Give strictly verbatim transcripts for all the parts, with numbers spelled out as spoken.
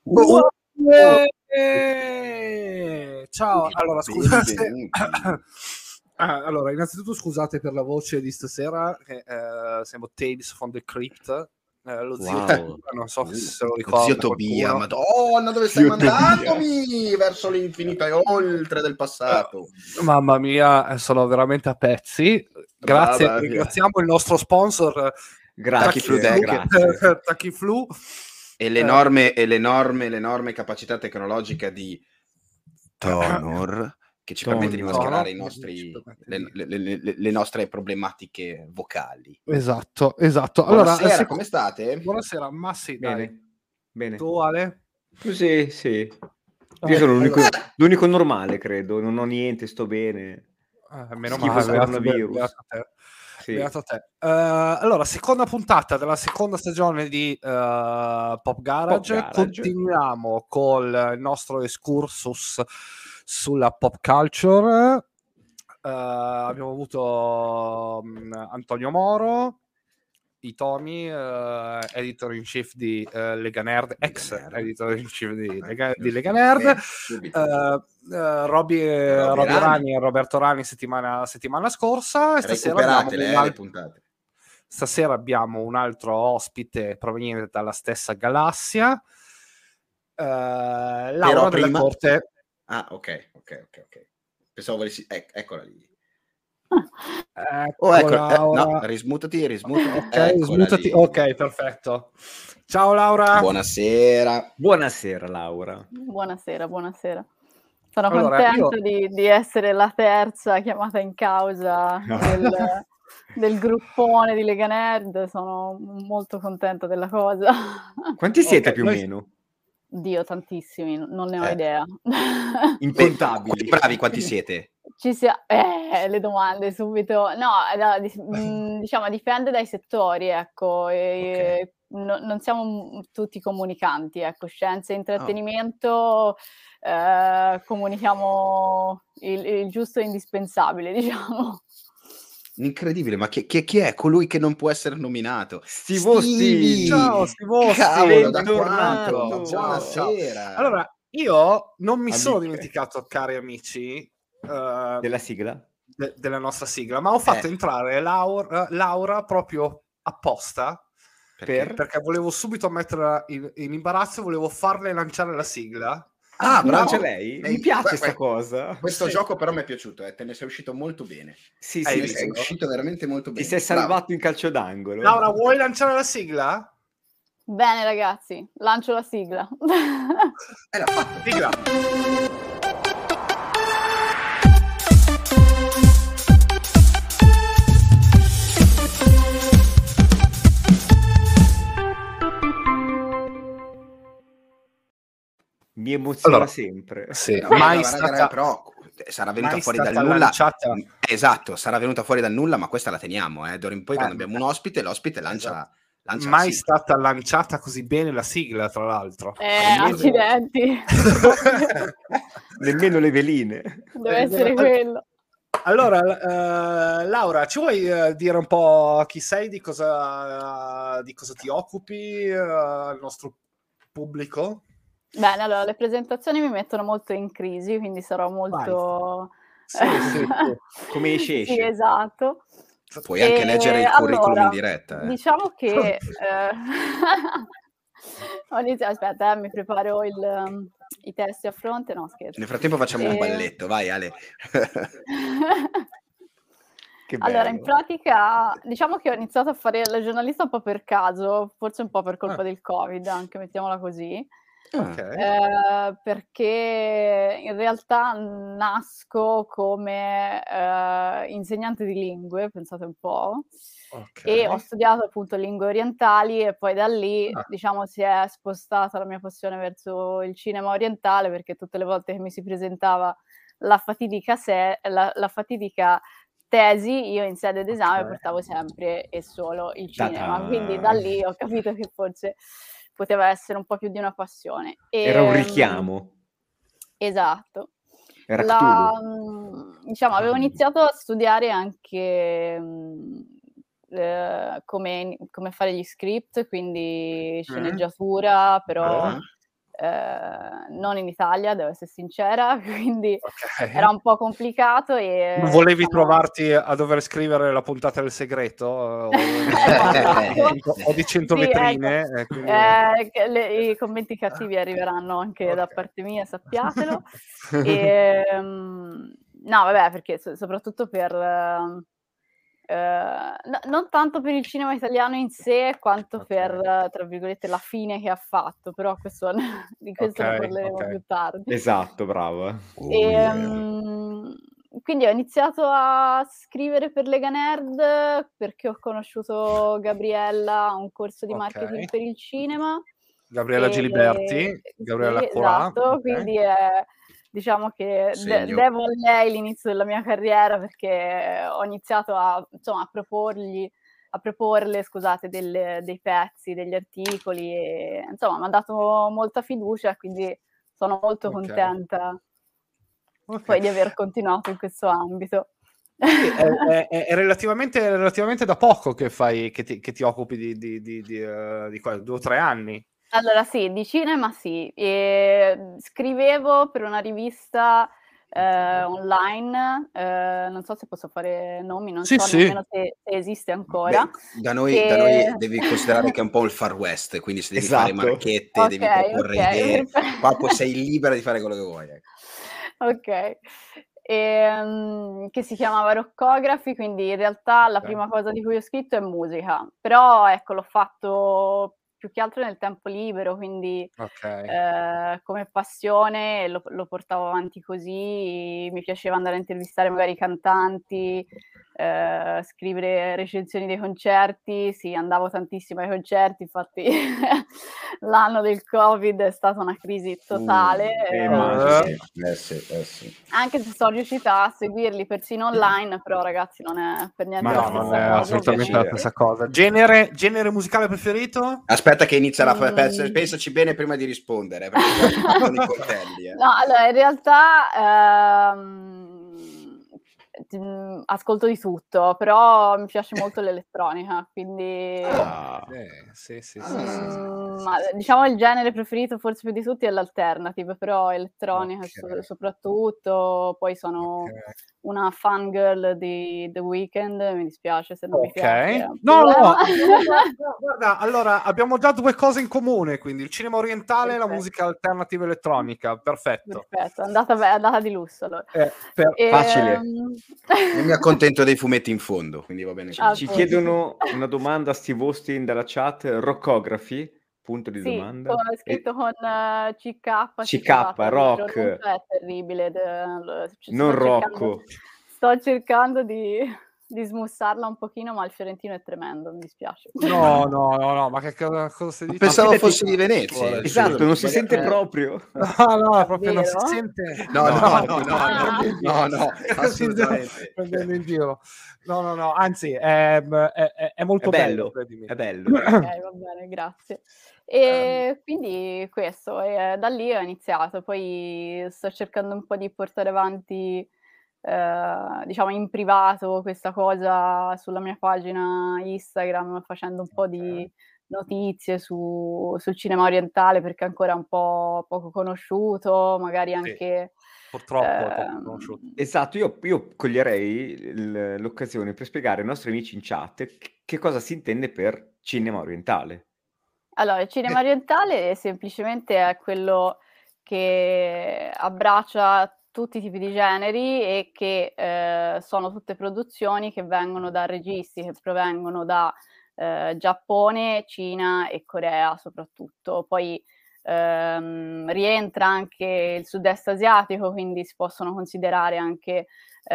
Uh, Eh, Ciao, allora scusate. Ah, allora, innanzitutto scusate per la voce di stasera, che eh, siamo Tales from the Crypt. Eh, lo zio Wow. Tobia, non so Uh, se lo Lo ricorda zio Tobia, qualcuno. madonna, dove stai Zio Tobia. mandandomi? Verso l'infinito e oltre del passato. Mamma mia, eh, sono veramente a pezzi. Grazie, Mamma mia. ringraziamo il nostro sponsor Grazie, Tachiflu, grazie. Tachiflu. E l'enorme, e l'enorme, l'enorme capacità tecnologica di Tonor, che ci Tonor. permette di mascherare i Tonor. nostri, le, le- le- le- le nostre problematiche vocali. Esatto, esatto. Allora, Buonasera, se- come state? Buonasera, ma sì, dai. Bene, bene. Tu, Ale? Sì, sì. Eh, Io sono l'unico, allora- l'unico normale, credo. Non ho niente, sto bene. Eh, meno Schifo male, il beato, coronavirus. beato te. Sì. Beato te. Eh, allora, seconda puntata della seconda stagione di eh, Pop Garage. Pop Garage. Continuiamo col nostro excursus sulla pop culture. Eh, abbiamo avuto um, Antonio Moro, Itomi, uh, editor in chief di uh, Lega Nerd, ex Nerd. editor in chief di Lega, di Giusto. Lega Nerd. Bene, subito. Uh, uh, Roby, Roby Roby Rani. Rani e Roberto Rani settimana, settimana scorsa. E stasera abbiamo, Recuperatele, un eh, al- le puntate. stasera abbiamo un altro ospite proveniente dalla stessa galassia. Uh, Laura Però della prima- Corte. Ah, ok, ok, ok, ok. Pensavo volessi... ec- eccola lì. Ecco, Oh, ecco, eh, Laura. no, rismutati, rismutati. Ok, Eccola smutati. lì. Ok, perfetto. Ciao Laura. Buonasera. Buonasera, Laura. Buonasera, buonasera. Sono Allora, contenta io- di, di essere la terza chiamata in causa del, del gruppone di Lega Nerd, sono molto contenta della cosa. Quanti siete Ok, più o noi- meno? Dio, tantissimi, non ne ho Eh. idea. Incontabili. Beh, bravi quanti siete? Ci sia... Eh, le domande subito. No, no, di- mh, diciamo, dipende dai settori, ecco. E, no- non siamo m- tutti comunicanti, ecco. Scienze e intrattenimento, eh, comunichiamo il, il giusto e indispensabile, diciamo. Incredibile, ma chi, chi- chi è colui che non può essere nominato? Stivosti! Ciao, Stivosti! Cavolo, da Bentornato! quanto? Ciao, Buonasera. Allora, io non mi sono Amiche. dimenticato, cari amici, eh, Della sigla? de- della nostra sigla, ma ho fatto Eh. entrare Laura, Laura proprio apposta Perché? perché volevo subito metterla in, in imbarazzo, volevo farle lanciare la sigla. Ah, Non bravo. c'è lei? Eh, Mi piace guarda, sta guarda, cosa. Questo Sì. gioco però mi è piaciuto, eh. Te ne sei uscito molto bene. Sì, Hai sì, Te ne visto? sei uscito veramente molto Ti bene. sei Bravo. salvato in calcio d'angolo. Laura, vuoi lanciare la sigla? Bene, ragazzi, lancio la sigla. Eh, l'ha fatto. Sigla. Mi emoziona Allora, sempre. Sì, No, mai raga, stata... raga, però sarà venuta mai fuori stata dal nulla. lanciata- Esatto, sarà venuta fuori dal nulla, ma questa la teniamo, eh. D'ora in poi, Eh, quando abbiamo un ospite, l'ospite lancia, esatto. lancia mai la sigla. stata lanciata così bene la sigla, tra l'altro. Eh, Almeno- accidenti. Nemmeno le veline. Deve essere quello. Allora, eh, Laura, ci vuoi eh, dire un po' chi sei, di cosa, di cosa ti occupi, eh, al nostro pubblico? Bene, allora le presentazioni mi mettono molto in crisi, quindi sarò molto... Sì, sì, sì. Come esce, esce. Sì, esatto. Puoi anche E leggere il curriculum allora, in diretta. Eh. Diciamo che... eh, ho iniziato- aspetta, eh, mi preparo il, um, i testi a fronte, no scherzo. Nel frattempo facciamo un E- balletto, vai Ale. Che Allora, bello. in pratica, diciamo che ho iniziato a fare la giornalista un po' per caso, forse un po' per colpa Ah. del Covid, anche mettiamola così. Ok. Eh, perché in realtà nasco come eh, insegnante di lingue, pensate un po', Ok. e ho studiato appunto lingue orientali e poi da lì Ah. diciamo si è spostata la mia passione verso il cinema orientale, perché tutte le volte che mi si presentava la fatidica, se- la, la fatidica tesi, io in sede d'esame Ok. portavo sempre e solo il Ta-ta. cinema, quindi da lì ho capito che forse poteva essere un po' più di una passione. Era un Ehm, richiamo. Esatto. Era La, Cthulhu. mh, diciamo, avevo iniziato a studiare anche mh, eh, come, come fare gli script, quindi sceneggiatura, però Ah. eh, non in Italia, devo essere sincera, quindi Ok. era un po' complicato e Non volevi diciamo, trovarti a dover scrivere la puntata del segreto o, esatto. o di cento Sì, vetrine? ecco, E quindi... eh, che le- i commenti cattivi arriveranno anche da Ok. parte mia, sappiatelo. E, mm, no, vabbè, perché so- soprattutto per... ehm, eh, no- non tanto per il cinema italiano in sé, quanto Ok. per, eh, tra virgolette, la fine che ha fatto, però questo, di questo ne Ok, parleremo ok. più tardi. Esatto, bravo. eh. Oh, E, yeah. mm, quindi ho iniziato a scrivere per Lega Nerd perché ho conosciuto Gabriella a un corso di Ok. marketing per il cinema. Gabriella E, Giliberti, Gabriella sì, Curà, esatto, ok. quindi è, diciamo che de- Segno. devo a lei l'inizio della mia carriera perché ho iniziato a, insomma, a proporgli, a proporle, scusate, delle- dei pezzi, degli articoli e insomma mi ha dato molta fiducia, quindi sono molto Ok. contenta Ok. poi di aver continuato in questo ambito. Quindi è, è- è- è relativamente, relativamente da poco che fai, che ti, che ti occupi di, di, di, di, eh, di qua, due o tre anni. Allora sì, di cinema sì. E scrivevo per una rivista eh, Ok. online, eh, non so se posso fare nomi, non Sì, so sì. nemmeno se, se esiste ancora. Beh, da noi, da Che... noi devi considerare che è un po' il Far West, quindi se devi fare Esatto. marchette, Ok, devi proporre ok, idee, perfetto. qua poi sei libera di fare quello che vuoi. ecco. Ok. Ehm, che si chiamava Rockography, quindi in realtà la Ok. prima cosa di cui ho scritto è musica, però ecco l'ho fatto più che altro nel tempo libero, quindi Ok. eh, come passione lo, lo portavo avanti così, mi piaceva andare a intervistare magari i cantanti, eh, scrivere recensioni dei concerti, sì, andavo tantissimo ai concerti, infatti l'anno del Covid è stata una crisi totale. Uh, Eh, eh, immagino. eh sì, eh sì, eh sì. anche se sono riuscita a seguirli persino online, però ragazzi non è per niente Ma la No, no, non stessa è cosa, assolutamente la ovviamente. stessa cosa. Genere, genere musicale preferito? Aspetta che inizia la Mm. pensa- pensaci bene prima di rispondere, perché qua ci partono i coltelli. Eh. No, allora in realtà ehm, mm, ascolto di tutto, però mi piace molto l'elettronica, quindi Ah. Sì, sì, sì, sì, sì, sì, mm, sì, ma sì, sì. diciamo il genere preferito forse più di tutti è l'alternative, però elettronica Ok, so- soprattutto, poi sono ok. una fangirl di The Weeknd, mi dispiace se non mi Ok. piace, è un No, no, problema. no, guarda, guarda, allora abbiamo già due cose in comune, quindi il cinema orientale e la Perfetto. musica alternativa elettronica. Perfetto. Perfetto, è andata, be- è andata di lusso allora. Eh, per- Facile. Ehm, Io mi accontento dei fumetti in fondo, quindi va bene Ci, così. ci appunto. chiedono una domanda a Steve Austin dalla chat, Rockography, punto di Sì, domanda. con- è E scritto con eh, C K, sì, C K, scusate, il rock, pronuncio è terribile. de- ci non sto cercando, Rocco. sto cercando di, di smussarla un pochino, ma il fiorentino è tremendo, mi dispiace. No, no, no, no, ma che cosa, cosa stai Ma dicendo? pensavo fidati- fossi di Venezia. Esatto, non si Sbagliato. sente Eh. proprio. No, no, proprio non si Davvero? sente. No, no, no, proprio- no, no, prendo in giro. no, no, assolutamente. Prendendo in giro. No, no, no, anzi, è, è- è- è molto È bello, credimi. è bello. Ok, va bene, grazie. E quindi questo, e da lì ho iniziato, poi sto cercando un po' di portare avanti, eh, diciamo, in privato questa cosa sulla mia pagina Instagram, facendo un po' di notizie su- sul cinema orientale perché è ancora un po' poco conosciuto, magari anche... Purtroppo è poco ehm, conosciuto. Esatto, io, io coglierei il- l'occasione per spiegare ai nostri amici in chat che- che cosa si intende per cinema orientale. Allora, il cinema orientale semplicemente è quello che abbraccia tutti i tipi di generi e che eh, sono tutte produzioni che vengono da registi che provengono da eh, Giappone, Cina e Corea soprattutto. Poi ehm, rientra anche il sud-est asiatico, quindi si possono considerare anche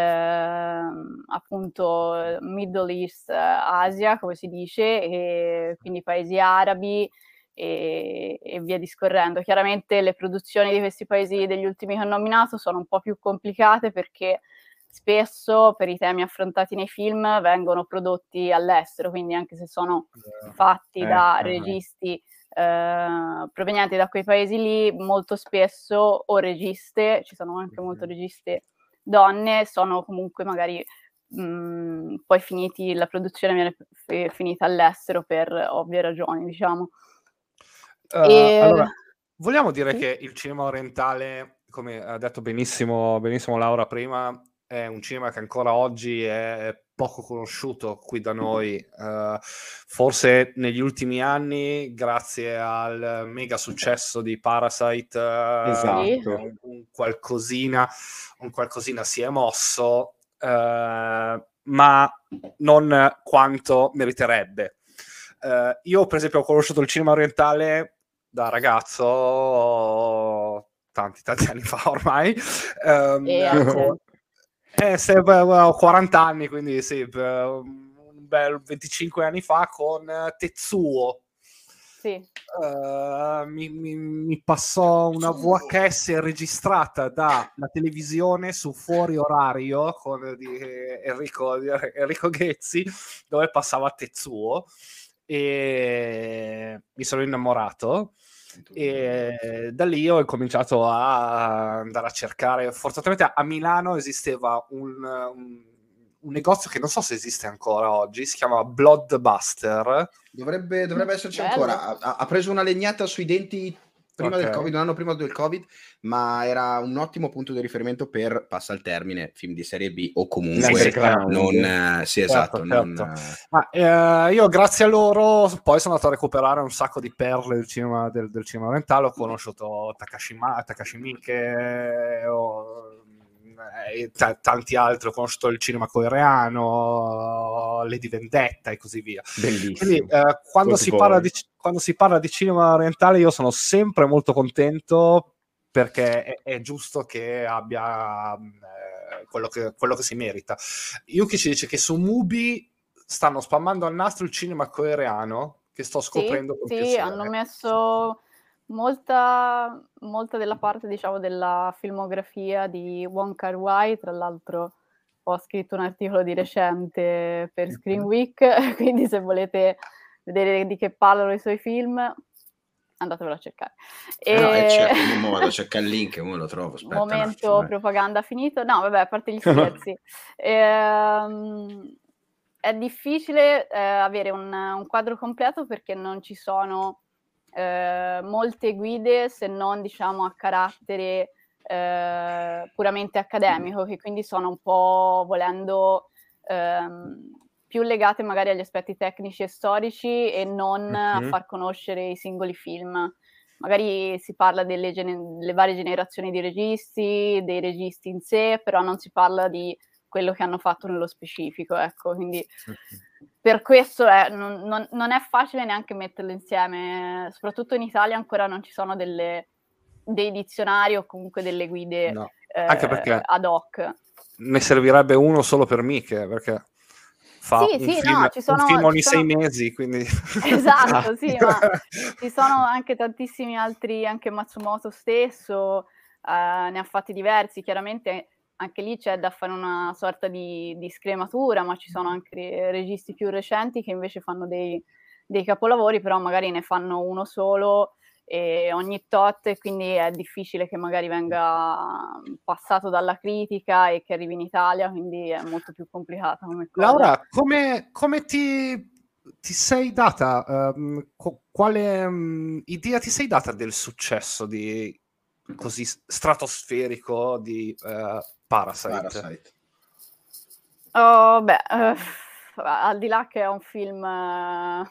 ehm, appunto Middle East, eh, Asia, come si dice, e quindi paesi arabi e, e via discorrendo. Chiaramente le produzioni di questi paesi degli ultimi che ho nominato sono un po' più complicate perché spesso per i temi affrontati nei film vengono prodotti all'estero, quindi anche se sono fatti Eh, da eh, registi eh, provenienti da quei paesi lì, molto spesso o registe, ci sono anche molte registe donne, sono comunque magari mh, poi finiti, la produzione viene f- finita all'estero per ovvie ragioni, diciamo. Uh, E... allora, vogliamo dire Sì. che il cinema orientale, come ha detto benissimo, benissimo Laura prima, è un cinema che ancora oggi è poco conosciuto qui da noi. Uh, forse negli ultimi anni, grazie al mega successo di Parasite, uh, Esatto. un, un qualcosina, un qualcosina si è mosso, uh, ma non quanto meriterebbe. Uh, io, per esempio, ho conosciuto il cinema orientale da ragazzo tanti tanti anni fa ormai. Um, E con... eh, se, ho quaranta anni, quindi sì, un bel venticinque anni fa con Tetsuo. Sì. Uh, mi, mi, mi passò una V H S registrata dalla televisione su fuori orario con di Enrico, di Enrico Ghezzi, dove passava Tetsuo, e mi sono innamorato. E da lì ho cominciato a andare a cercare. Fortunatamente a Milano esisteva un, un, un negozio che non so se esiste ancora oggi, si chiama Bloodbuster. Dovrebbe, dovrebbe esserci Bello. ancora. Ha, ha preso una legnata sui denti prima Okay. del Covid, un anno prima del Covid, ma era un ottimo punto di riferimento per, passa il termine, film di serie B o comunque L'underground. non... eh, sì, esatto. Certo, non, certo. eh, Ma eh, io grazie a loro poi sono andato a recuperare un sacco di perle del cinema, del, del cinema orientale. Ho conosciuto Takashi, Ma- Takashi Miike, ho, e t- tanti altri. Ho conosciuto il cinema coreano, Lady Vendetta e così via. Bellissimo. Quindi eh, quando, si parla di, quando si parla di cinema orientale io sono sempre molto contento, perché è, è giusto che abbia eh, quello, che, quello che si merita. Yuki ci dice che su Mubi stanno spammando al nastro il cinema coreano, che sto scoprendo sì, con sì, piacere. hanno messo molta, molta della parte, diciamo, della filmografia di Wong Kar-wai. Tra l'altro ho scritto un articolo di recente per Screen Week, quindi se volete vedere di che parlano i suoi film, andatevelo a cercare. Eh no, eh, E- certo, mo vado a cercare il link e mo lo trovo. Aspetta un momento attimo, eh. propaganda finito. No, vabbè, a parte gli scherzi. Ehm, è difficile eh, avere un, un quadro completo, perché non ci sono eh, molte guide, se non, diciamo, a carattere eh, puramente accademico, che quindi sono un po', volendo, ehm, più legate magari agli aspetti tecnici e storici, e non Mhm. a far conoscere i singoli film. Magari si parla delle, gene- delle varie generazioni di registi, dei registi in sé, però non si parla di quello che hanno fatto nello specifico, ecco. Quindi per questo è, non, non, non è facile neanche metterlo insieme, soprattutto in Italia ancora non ci sono delle, dei dizionari o comunque delle guide No. eh, Anche perché ad hoc. ne servirebbe uno solo per Miche, perché fa Sì, un, sì, film, no, ci sono, un film ogni ci sono... sei mesi, quindi... Esatto, sì, ma ci sono anche tantissimi altri, anche Matsumoto stesso eh, ne ha fatti diversi. Chiaramente anche lì c'è da fare una sorta di, di scrematura, ma ci sono anche registi più recenti che invece fanno dei, dei capolavori, però magari ne fanno uno solo e ogni tot, e quindi è difficile che magari venga passato dalla critica e che arrivi in Italia, quindi è molto più complicata come cosa. Laura, come, come ti, ti sei data, um, co- quale um, idea ti sei data del successo di così stratosferico di uh, Parasite? Parasite. Oh, beh, eh, al di là che è un film eh,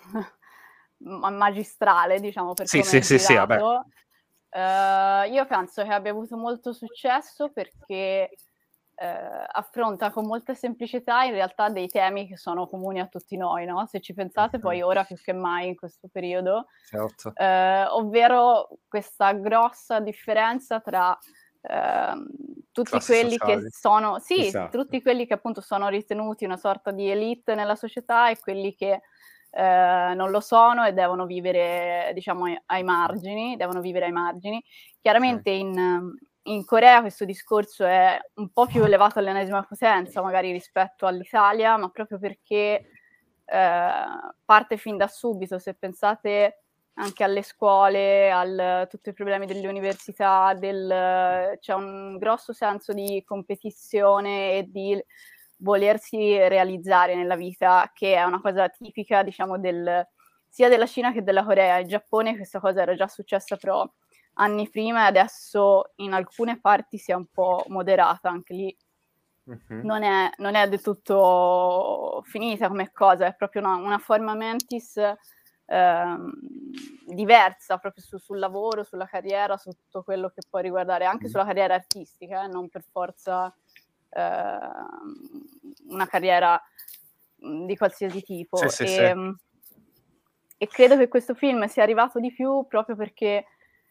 magistrale, diciamo, per Sì, come sì, è sì, sì, vabbè. girato, eh, io penso che abbia avuto molto successo perché eh, affronta con molta semplicità in realtà dei temi che sono comuni a tutti noi, no? Se ci pensate, poi ora più che mai in questo periodo, Certo. eh, ovvero questa grossa differenza tra ehm, tutti Classi quelli sociali. che sono, sì, Esatto. tutti quelli che appunto sono ritenuti una sorta di elite nella società, e quelli che eh, non lo sono e devono vivere, diciamo, ai, ai margini, devono vivere ai margini. Chiaramente in, in Corea questo discorso è un po' più elevato all'ennesima potenza, magari rispetto all'Italia, ma proprio perché eh, parte fin da subito. Se pensate anche alle scuole, a tutti i problemi delle università, del, c'è un grosso senso di competizione e di volersi realizzare nella vita, che è una cosa tipica, diciamo, del, sia della Cina che della Corea. In Giappone questa cosa era già successa, però anni prima, e adesso in alcune parti si è un po' moderata, anche lì Mhm. non è, non è del tutto finita come cosa, è proprio una, una forma mentis ehm, diversa proprio su- sul lavoro, sulla carriera, su tutto quello che può riguardare anche Mhm. sulla carriera artistica, eh, non per forza ehm, una carriera mh, di qualsiasi tipo. Sì, sì, e, sì. mh, e credo che questo film sia arrivato di più proprio perché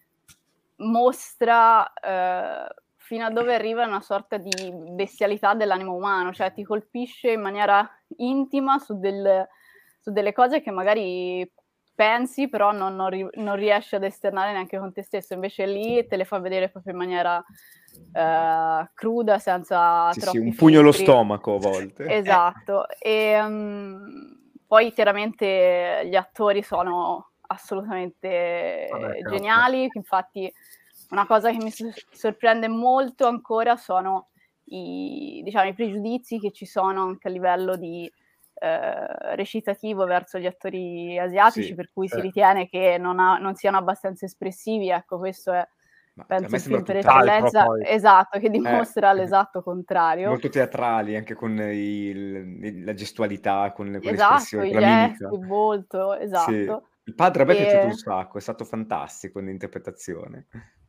mostra eh, fino a dove arriva una sorta di bestialità dell'animo umano, cioè ti colpisce in maniera intima su, del, su delle cose che magari pensi, però non, non, ri- non riesci ad esternare neanche con te stesso, invece lì te le fa vedere proprio in maniera eh, cruda, senza Sì, sì, troppi un pugno allo filtri. stomaco a volte. Esatto, e um, poi chiaramente gli attori sono assolutamente Vabbè, certo. geniali, infatti una cosa che mi so- sorprende molto ancora sono i, diciamo, i pregiudizi che ci sono anche a livello di eh, recitativo verso gli attori asiatici, Sì. per cui si Sì. ritiene che non, ha- non siano abbastanza espressivi. Ecco, questo è, Ma a penso, me il film sembra per tutt'altro. eccellenza, poi. esatto, che Eh, dimostra l'esatto contrario. molto teatrali, anche con il- il- la gestualità, con, con Esatto, l'espressione, i con la mimica. gesti, il volto, Sì. esatto. Il padre a me è piaciuto un E, sacco, è stato fantastico nell'interpretazione.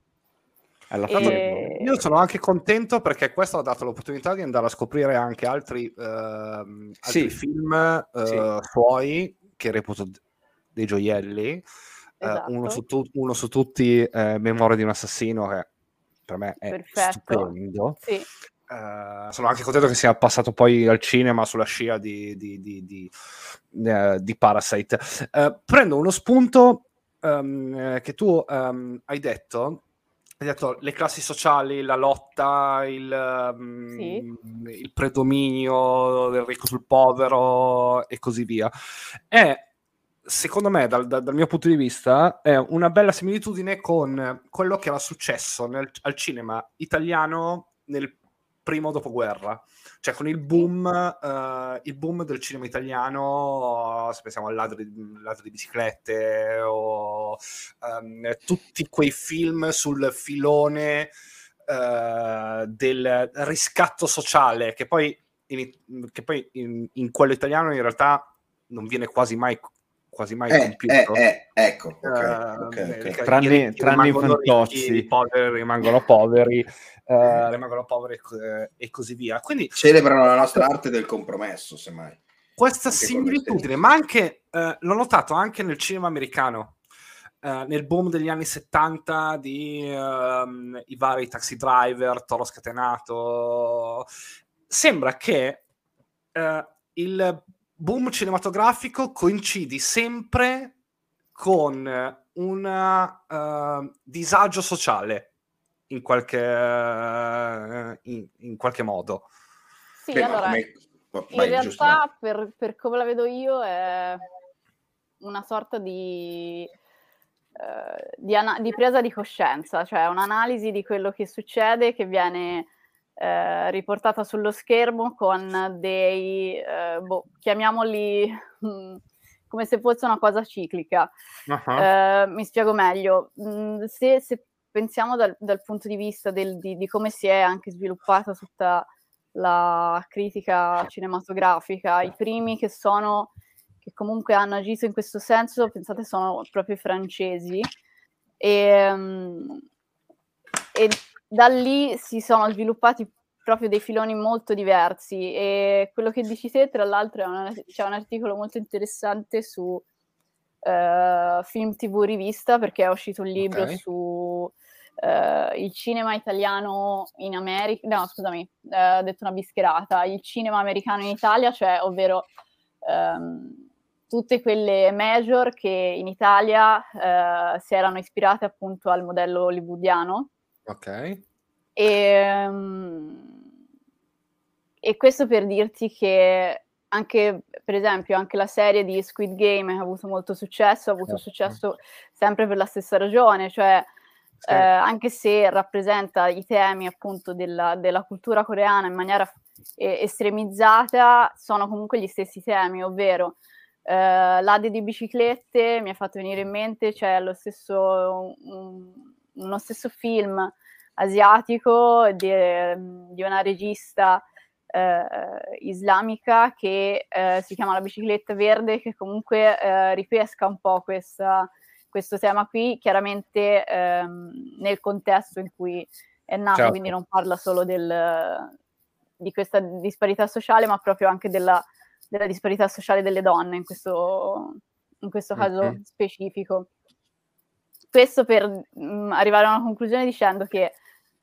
Alla Tra l'altro, fine... io e, sono anche contento perché questo ha dato l'opportunità di andare a scoprire anche altri, ehm, altri Sì, film sì. eh, suoi che reputo d- dei gioielli. Eh, uno, su esatto, tu- uno su tutti, eh, Memoria di un assassino, che per me è perfetto. stupendo. Sì, Eh, sono anche contento che sia passato poi al cinema sulla scia di, di, di, di, eh, di Parasite. Eh, prendo uno spunto ehm, eh, che tu ehm, hai detto. Hai detto le classi sociali, la lotta, il, um, sì, il predominio del ricco sul povero e così via. È, secondo me, dal, dal- dal mio punto di vista, è una bella similitudine con quello che era successo nel- al cinema italiano nel primo dopoguerra. Cioè con il boom, eh, il boom del cinema italiano, se pensiamo al ladro di, ladro di biciclette o um, tutti quei film sul filone uh, del riscatto sociale, che poi, in, che poi in, in quello italiano in realtà non viene quasi mai quasi mai Eh, compiuto. eh, eh, ecco, ok, Uh, ok, ok. I Tranne, ricchi tranne in rimangono ricchi, i Fantozzi. poveri rimangono poveri, uh, rimangono poveri e, e così via. Quindi Celebrano la nostra arte del compromesso, semmai. questa Anche con noi similitudine, stessi. ma anche eh, l'ho notato anche nel cinema americano, eh, nel boom degli anni settanta di ehm, i vari Taxi Driver, Toro Scatenato. Sembra che eh, il boom cinematografico coincidi sempre con un uh, disagio sociale in qualche, uh, in, in qualche modo. sì, Beh, ma allora, come... in Vai, giusto, no? realtà, per, per come la vedo io, è una sorta di, eh, di, ana- di presa di coscienza, cioè un'analisi di quello che succede, che viene eh, riportata sullo schermo con dei, eh, boh, chiamiamoli mh, come se fosse una cosa ciclica. Uh-huh. Eh, mi spiego meglio. Mh, se, se pensiamo dal, dal punto di vista del, di, di come si è anche sviluppata tutta la critica cinematografica, i primi che sono che comunque hanno agito in questo senso, pensate, sono proprio i francesi, e, um, e da lì si sono sviluppati proprio dei filoni molto diversi, e quello che dici te, tra l'altro, è una, c'è un articolo molto interessante su uh, Film T V Rivista, perché è uscito un libro Okay. su uh, il cinema italiano in America, no scusami, uh, ho detto una bischerata, il cinema americano in Italia, cioè ovvero um, tutte quelle major che in Italia uh, si erano ispirate appunto al modello hollywoodiano. Ok. E, um, e questo per dirti che anche, per esempio, anche la serie di Squid Game ha avuto molto successo, ha avuto successo sempre per la stessa ragione, cioè Sì. eh, anche se rappresenta i temi appunto della, della cultura coreana in maniera eh, estremizzata, sono comunque gli stessi temi, ovvero eh, l'Ade di biciclette, mi ha fatto venire in mente, c'è lo stesso un, uno stesso film asiatico di, di una regista eh, islamica che eh, si chiama La bicicletta verde, che comunque eh, ripesca un po' questa, questo tema qui, chiaramente ehm, nel contesto in cui è nato, certo. Quindi non parla solo del, di questa disparità sociale, ma proprio anche della, della disparità sociale delle donne in questo, in questo caso mm-hmm. specifico. Questo per mh, arrivare a una conclusione dicendo che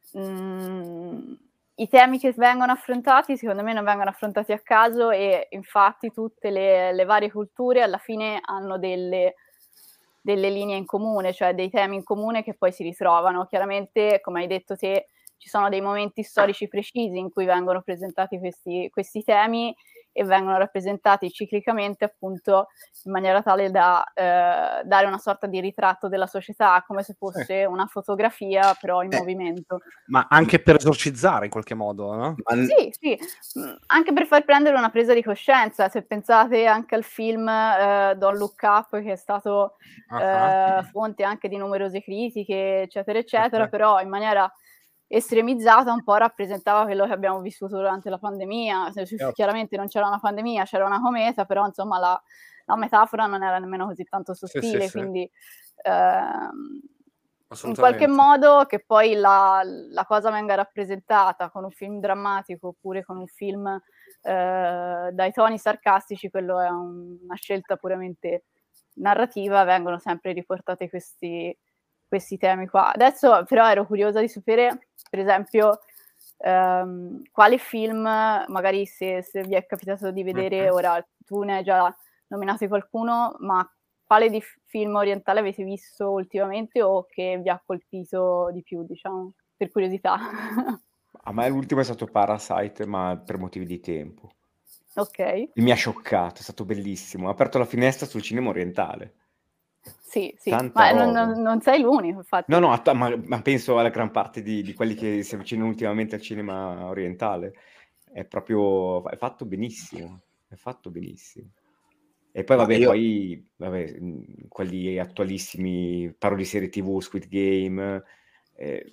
mh, i temi che vengono affrontati secondo me non vengono affrontati a caso, e infatti tutte le, le varie culture alla fine hanno delle, delle linee in comune, cioè dei temi in comune che poi si ritrovano. Chiaramente, come hai detto te, ci sono dei momenti storici precisi in cui vengono presentati questi, questi temi e vengono rappresentati ciclicamente, appunto, in maniera tale da eh, dare una sorta di ritratto della società, come se fosse eh. una fotografia, però in eh. movimento. Ma anche per esorcizzare in qualche modo, no? Sì, sì, anche per far prendere una presa di coscienza. Se pensate anche al film eh, Don't Look Up, che è stato uh-huh. eh, fonte anche di numerose critiche, eccetera, eccetera, uh-huh. però in maniera estremizzata un po' rappresentava quello che abbiamo vissuto durante la pandemia. Certo. Chiaramente non c'era una pandemia, c'era una cometa, però insomma la, la metafora non era nemmeno così tanto sottile, sì, sì, quindi sì. Ehm, in qualche modo che poi la, la cosa venga rappresentata con un film drammatico oppure con un film eh, dai toni sarcastici, quello è un, una scelta puramente narrativa, vengono sempre riportati questi questi temi qua. Adesso però ero curiosa di sapere, per esempio, ehm, quale film, magari se, se vi è capitato di vedere, uh-huh. ora tu ne hai già nominato qualcuno, ma quale di film orientale avete visto ultimamente o che vi ha colpito di più, diciamo, per curiosità? A me l'ultimo è stato Parasite, ma per motivi di tempo. Ok. E mi ha scioccato, è stato bellissimo. Ha aperto la finestra sul cinema orientale. Sì, sì, Tanta ma non, non sei l'unico, infatti. No, no, att- ma, ma penso alla gran parte di, di quelli che si avvicinano ultimamente al cinema orientale. È proprio, è fatto benissimo, è fatto benissimo. E poi, vabbè, io... poi, vabbè, quelli attualissimi, parlo di serie tivù, Squid Game, eh,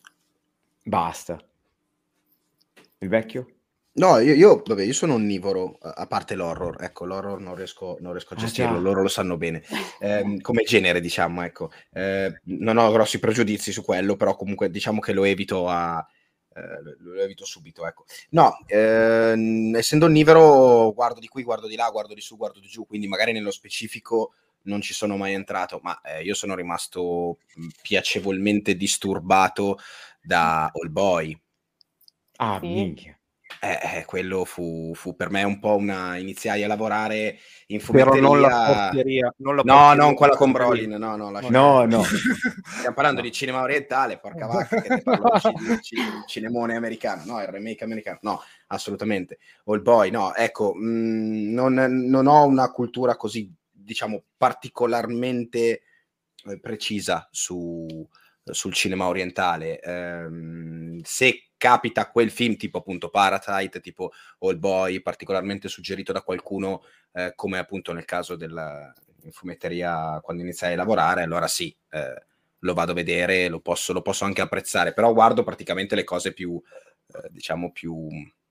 basta. Il vecchio? No, io, io, vabbè, io sono onnivoro, a parte l'horror, ecco, l'horror non riesco, non riesco a gestirlo, ah, loro lo sanno bene, eh, come genere, diciamo, ecco, eh, non ho grossi pregiudizi su quello, però comunque diciamo che lo evito a, eh, lo evito subito, ecco. No, eh, essendo onnivoro guardo di qui, guardo di là, guardo di su, guardo di giù, quindi magari nello specifico non ci sono mai entrato, ma eh, io sono rimasto piacevolmente disturbato da All Boy. Ah, sì. Minchia. Eh, eh, quello fu, fu per me un po' una... iniziai a lavorare in fumetteria. Però non la porteria. Non la no, porteria, non quella con Brolin, no, no. No, no. Stiamo parlando no. di cinema orientale, porca vacca, che ti parlo di c- cinemone americano, no, il remake americano, no, assolutamente. All Boy, no, ecco, mh, non, non ho una cultura così, diciamo, particolarmente eh, precisa su... sul cinema orientale. Ehm, se capita quel film tipo appunto Parasite, tipo All Boy, particolarmente suggerito da qualcuno, eh, come appunto nel caso della fumetteria quando iniziai a lavorare, allora sì, eh, lo vado a vedere, lo posso, lo posso anche apprezzare, però guardo praticamente le cose più, eh, diciamo più...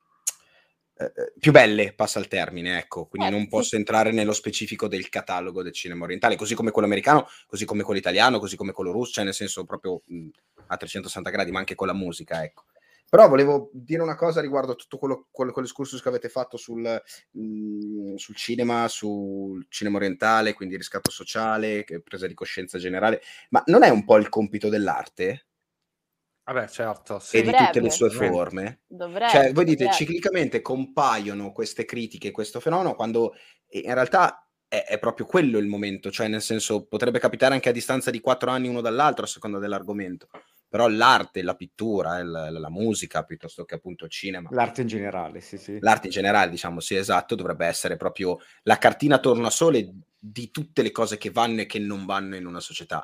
più belle, passa il termine, ecco, quindi eh, non posso sì. entrare nello specifico del catalogo del cinema orientale, così come quello americano, così come quello italiano, così come quello russo, cioè nel senso proprio mh, a trecentosessanta gradi, ma anche con la musica, ecco. Però volevo dire una cosa riguardo a tutto quello, quello, quell'escursus che avete fatto sul, mh, sul cinema, sul cinema orientale, quindi riscatto sociale, presa di coscienza generale, ma non è un po' il compito dell'arte? Vabbè, certo, sì. E di tutte le sue forme. Dovrebbe, cioè, voi dite, dovrebbe. ciclicamente compaiono queste critiche, questo fenomeno, quando in realtà è, è proprio quello il momento, cioè nel senso potrebbe capitare anche a distanza di quattro anni uno dall'altro a seconda dell'argomento, però l'arte, la pittura, la, la musica, piuttosto che appunto il cinema. L'arte in generale, sì, sì. L'arte in generale, diciamo, sì, esatto, dovrebbe essere proprio la cartina tornasole di tutte le cose che vanno e che non vanno in una società.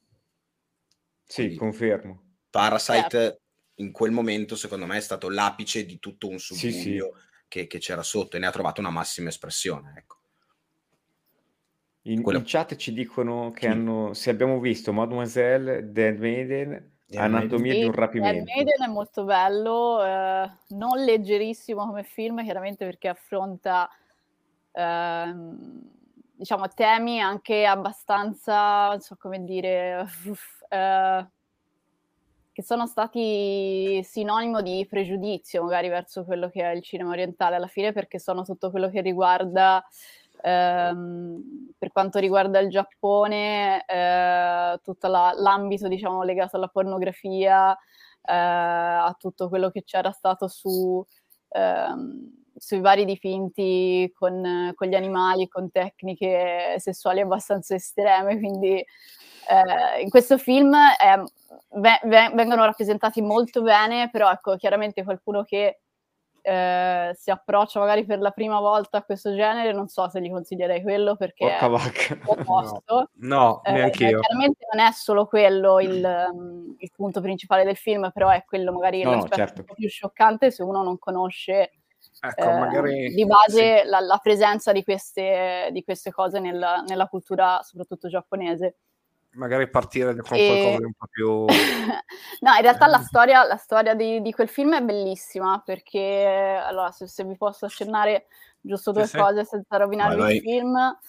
Sì, Quindi, confermo. Parasite eh. in quel momento secondo me è stato l'apice di tutto un subbuglio sì, sì. Che, che c'era sotto e ne ha trovato una massima espressione, ecco. In, Quello. in chat ci dicono che Sì. hanno, se abbiamo visto Mademoiselle, The Handmaiden, The Anatomia di Sì, un The rapimento. Handmaiden è molto bello, eh, non leggerissimo come film, chiaramente perché affronta ehm, diciamo temi anche abbastanza, non so come dire, uff, eh, che sono stati sinonimo di pregiudizio magari verso quello che è il cinema orientale alla fine, perché sono tutto quello che riguarda ehm, per quanto riguarda il Giappone, eh, tutto la, l'ambito diciamo legato alla pornografia, eh, a tutto quello che c'era stato su ehm, sui vari dipinti con, con gli animali, con tecniche sessuali abbastanza estreme, quindi eh, in questo film eh, ve- ve- vengono rappresentati molto bene, però ecco, chiaramente qualcuno che eh, si approccia magari per la prima volta a questo genere, non so se gli consiglierei quello perché Porca è vacca. opposto. No, no, Eh, neanch'io. chiaramente non è solo quello il, um, il punto principale del film, però è quello magari No, no, l'aspetto certo. un po' più scioccante se uno non conosce Ecco, eh, magari di base sì. la, la presenza di queste, di queste cose nella, nella cultura soprattutto giapponese. Magari partire con E... qualcosa di un po' più... no, in realtà la storia, la storia di, di quel film è bellissima, perché, allora, se, se vi posso accennare giusto due Sì, sì. cose senza rovinarvi Vai, vai. il film,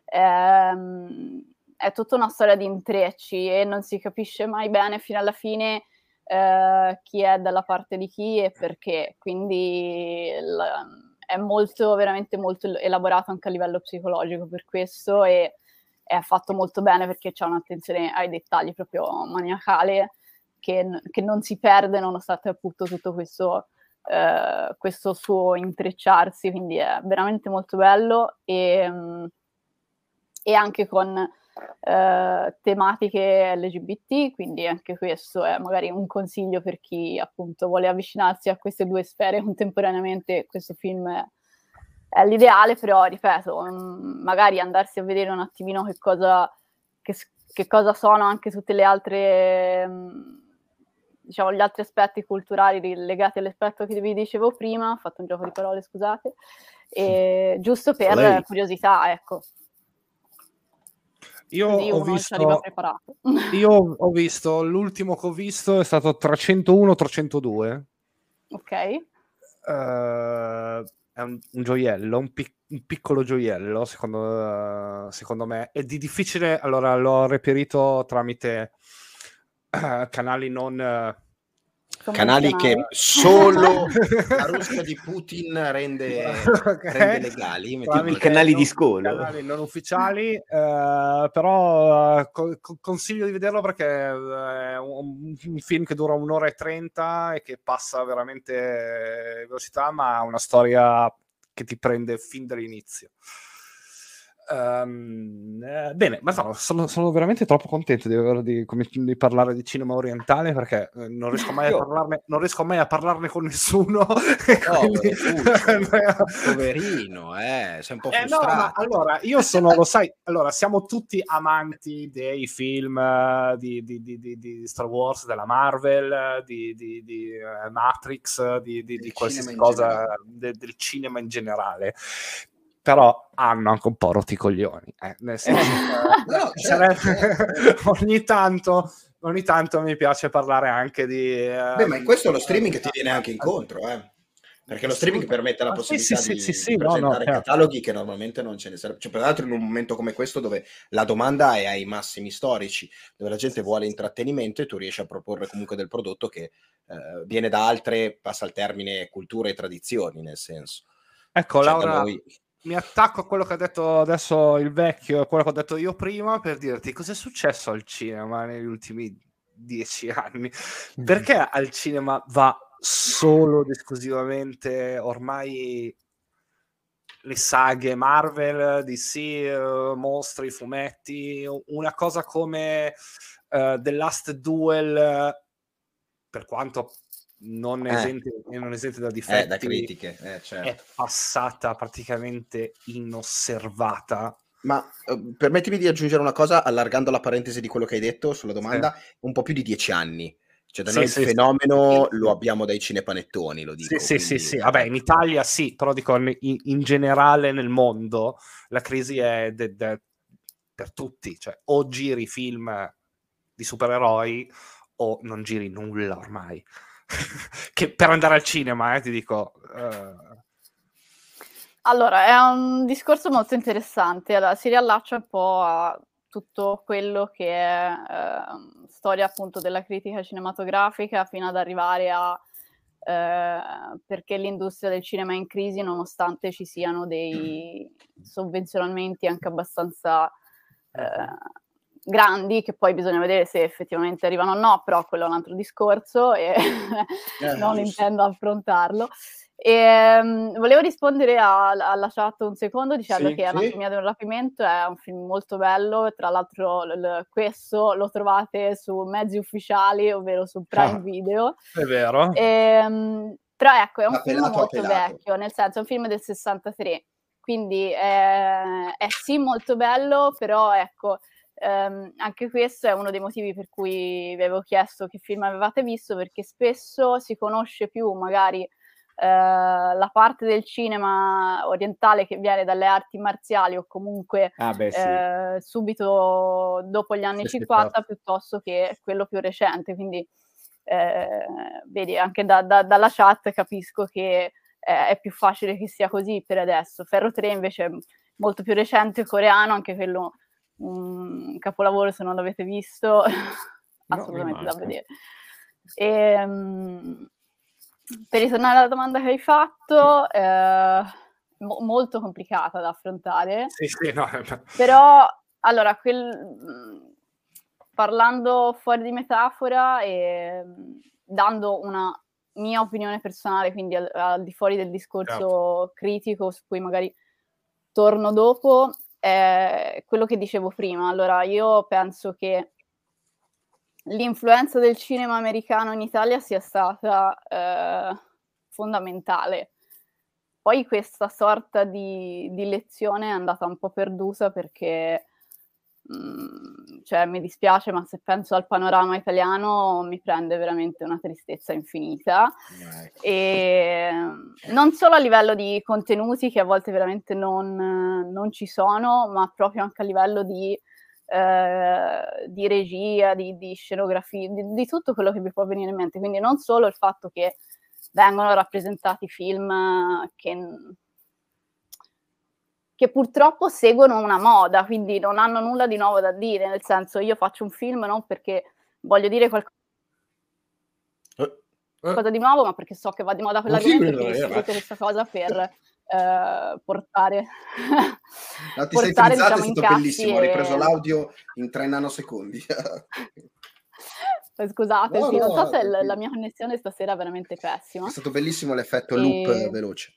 ehm, è tutta una storia di intrecci e non si capisce mai bene fino alla fine eh, chi è dalla parte di chi e perché, quindi l- è molto, veramente molto elaborato anche a livello psicologico per questo e è fatto molto bene perché c'è un'attenzione ai dettagli proprio maniacale che, che non si perde nonostante appunto tutto questo, eh, questo suo intrecciarsi, quindi è veramente molto bello e, e anche con eh, tematiche L G B T, quindi anche questo è magari un consiglio per chi appunto vuole avvicinarsi a queste due sfere contemporaneamente. Questo film è è l'ideale, però ripeto, mh, magari andarsi a vedere un attimino che cosa, che, che cosa sono anche tutte le altre, mh, diciamo, gli altri aspetti culturali legati all'aspetto che vi dicevo prima, ho fatto un gioco di parole, scusate, e, giusto per Lei. curiosità, ecco. Io Così ho uno ci arriva visto... preparato. Io ho visto, l'ultimo che ho visto è stato trecentouno trecentodue. Ok. Uh, è un, un gioiello, un, pic- un piccolo gioiello, secondo, uh, secondo me. È di difficile, allora l'ho reperito tramite uh, canali non... Uh, canali che solo la Russia di Putin rende, okay. rende legali, i canali di scolo, canali non ufficiali, uh, però uh, co- consiglio di vederlo perché è un, un film che dura un'ora e trenta e che passa veramente velocità, ma ha una storia che ti prende fin dall'inizio. Um, eh, bene, ma no, sono, sono veramente troppo contento di, di, di parlare di cinema orientale perché eh, non riesco mai a parlarne, non riesco mai a parlarne con nessuno. Oh, quindi... poverino, eh, sei un po' eh, frustrato. no, ma allora io sono, lo sai, allora siamo tutti amanti dei film uh, di, di, di, di, di Star Wars, della Marvel, di, di, di uh, Matrix, di, di, di qualsiasi cosa de, del cinema in generale. Però hanno anche un po' rotti i coglioni, eh, nel senso che, no, certo, certo. ogni tanto ogni tanto mi piace parlare anche di uh, beh, ma in questo lo streaming uh, ti viene anche incontro, eh. Perché lo streaming permette la possibilità ah, sì, di, sì, sì, di no, presentare no, cataloghi che normalmente non ce ne sarebbe. Cioè, peraltro in un momento come questo dove la domanda è ai massimi storici, dove la gente vuole intrattenimento e tu riesci a proporre comunque del prodotto che eh, viene da altre, passa il termine, culture e tradizioni, nel senso. Ecco, cioè, Laura, noi... mi attacco a quello che ha detto adesso il vecchio, a quello che ho detto io prima, per dirti cosa è successo al cinema negli ultimi dieci anni. Perché al cinema va solo ed esclusivamente ormai le saghe Marvel, D C, uh, mostri, fumetti, una cosa come uh, The Last Duel, uh, per quanto non esente, eh. non esente da difetti, eh, da critiche, eh, certo. è passata praticamente inosservata. Ma uh, permettimi di aggiungere una cosa, allargando la parentesi di quello che hai detto sulla domanda, sì. Un po' più di dieci anni. Cioè da sì, noi sì, il fenomeno sì. lo abbiamo dai cinepanettoni, lo dico. Sì, sì, quindi, sì, sì. Eh, Vabbè, in Italia sì, però dico in, in generale nel mondo la crisi è de, de, per tutti, cioè o giri film di supereroi o non giri nulla ormai. Che per andare al cinema, eh, ti dico... Uh... Allora, è un discorso molto interessante. Allora, si riallaccia un po' a tutto quello che è eh, storia appunto della critica cinematografica fino ad arrivare a eh, perché l'industria del cinema è in crisi nonostante ci siano dei sovvenzionamenti anche abbastanza eh, grandi, che poi bisogna vedere se effettivamente arrivano o no, però quello è un altro discorso e eh, non giusto. Intendo affrontarlo. E, um, volevo rispondere a, alla chat un secondo dicendo sì, che sì. Anatomia di un rapimento è un film molto bello, tra l'altro l- l- questo lo trovate su mezzi ufficiali, ovvero su Prime ah, Video. È vero. E, um, però ecco, è un appelato, film molto appelato. vecchio, nel senso è un film del sessantatré, quindi è, è sì molto bello, però ecco, Um, anche questo è uno dei motivi per cui vi avevo chiesto che film avevate visto, perché spesso si conosce più magari uh, la parte del cinema orientale che viene dalle arti marziali o comunque ah, beh, sì. uh, subito dopo gli anni sì, cinquanta sì, piuttosto che quello più recente, quindi uh, vedi anche da, da, dalla chat capisco che uh, è più facile che sia così per adesso. Ferro tre invece è molto più recente, coreano, anche quello un capolavoro, se non l'avete visto assolutamente no, da vedere. E, um, per ritornare alla domanda che hai fatto, eh, mo- molto complicata da affrontare, sì, sì, no. però allora quel, parlando fuori di metafora e dando una mia opinione personale, quindi al, al di fuori del discorso certo. critico su cui magari torno dopo, è quello che dicevo prima. Allora, io penso che l'influenza del cinema americano in Italia sia stata eh, fondamentale. Poi questa sorta di, di lezione è andata un po' perduta perché, mh, cioè, mi dispiace, ma se penso al panorama italiano mi prende veramente una tristezza infinita. E non solo a livello di contenuti, che a volte veramente non, non ci sono, ma proprio anche a livello di, eh, di regia, di, di scenografia, di, di tutto quello che vi può venire in mente. Quindi non solo il fatto che vengono rappresentati film che, che purtroppo seguono una moda, quindi non hanno nulla di nuovo da dire, nel senso, io faccio un film non perché voglio dire qualcosa cosa di nuovo, ma perché so che va di moda quell'argomento, e quindi sfrutto questa cosa per eh, portare no, ti portare, sei frizzato, diciamo, è stato bellissimo, e... ho ripreso l'audio in tre nanosecondi. Scusate, no, sì, no, non so no, se l- la mia connessione stasera è veramente pessima. È stato bellissimo l'effetto loop e... veloce.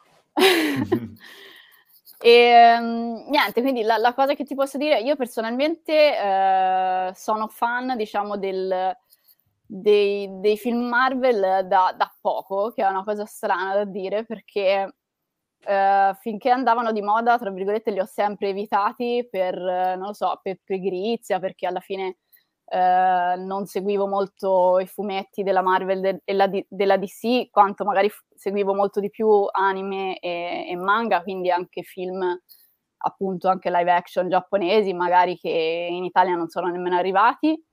E um, niente, quindi la, la cosa che ti posso dire, io personalmente eh, sono fan, diciamo, del, dei, dei film Marvel da, da poco, che è una cosa strana da dire, perché eh, finché andavano di moda, tra virgolette, li ho sempre evitati per, non lo so, per pigrizia, perché alla fine eh, non seguivo molto i fumetti della Marvel de- e la di- della D C, quanto magari f- seguivo molto di più anime e, e manga, quindi anche film, appunto, anche live action giapponesi, magari che in Italia non sono nemmeno arrivati.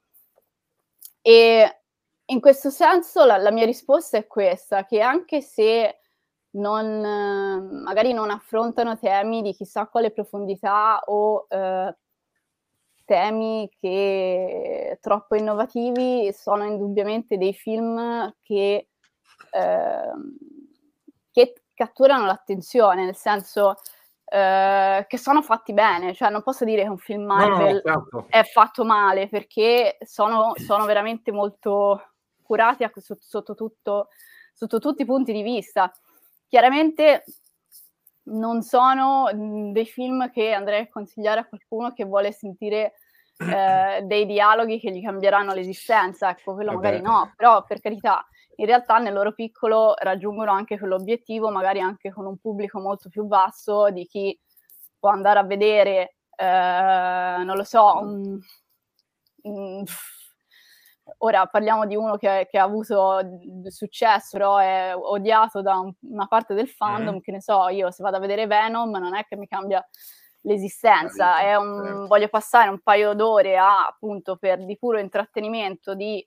E in questo senso la, la mia risposta è questa, che anche se non, magari non affrontano temi di chissà quale profondità o eh, temi che troppo innovativi, sono indubbiamente dei film che, eh, che catturano l'attenzione, nel senso eh, che sono fatti bene, cioè non posso dire che un film Marvel no, no, certo. è fatto male, perché sono, sono veramente molto curati a, sotto, sotto, tutto, sotto tutti i punti di vista. Chiaramente non sono mh, dei film che andrei a consigliare a qualcuno che vuole sentire eh, dei dialoghi che gli cambieranno l'esistenza, ecco, quello eh magari beh. no, però per carità, in realtà nel loro piccolo raggiungono anche quell'obiettivo, magari anche con un pubblico molto più basso di chi può andare a vedere, eh, non lo so, un, un, ora parliamo di uno che, che ha avuto successo, però è odiato da un, una parte del fandom, mm. che ne so, io se vado a vedere Venom non è che mi cambia l'esistenza. È un, voglio passare un paio d'ore a, appunto, per di puro intrattenimento, di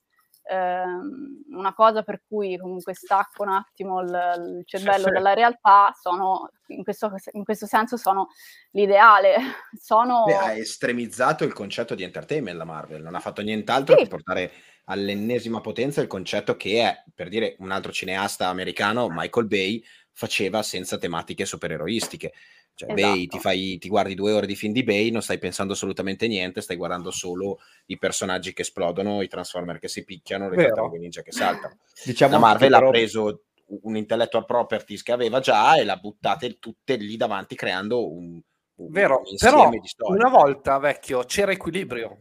ehm, una cosa per cui comunque stacco un attimo il, il cervello Sì, sì. dalla realtà, sono in questo, in questo senso sono l'ideale. Sono Beh, ha estremizzato il concetto di entertainment la Marvel, non ha fatto nient'altro Sì. che portare all'ennesima potenza il concetto che è, per dire, un altro cineasta americano, Michael Bay, faceva senza tematiche supereroistiche. Cioè, Bay, ti, esatto. fai, ti guardi due ore di film di Bay, non stai pensando assolutamente niente, stai guardando solo i personaggi che esplodono, i Transformer che si picchiano, le Vero. tartarughe ninja che saltano. Diciamo La anche che Marvel ha però preso un intellectual properties che aveva già e l'ha buttate tutte lì davanti, creando un, un Vero, insieme però di storie. una volta, vecchio, c'era equilibrio.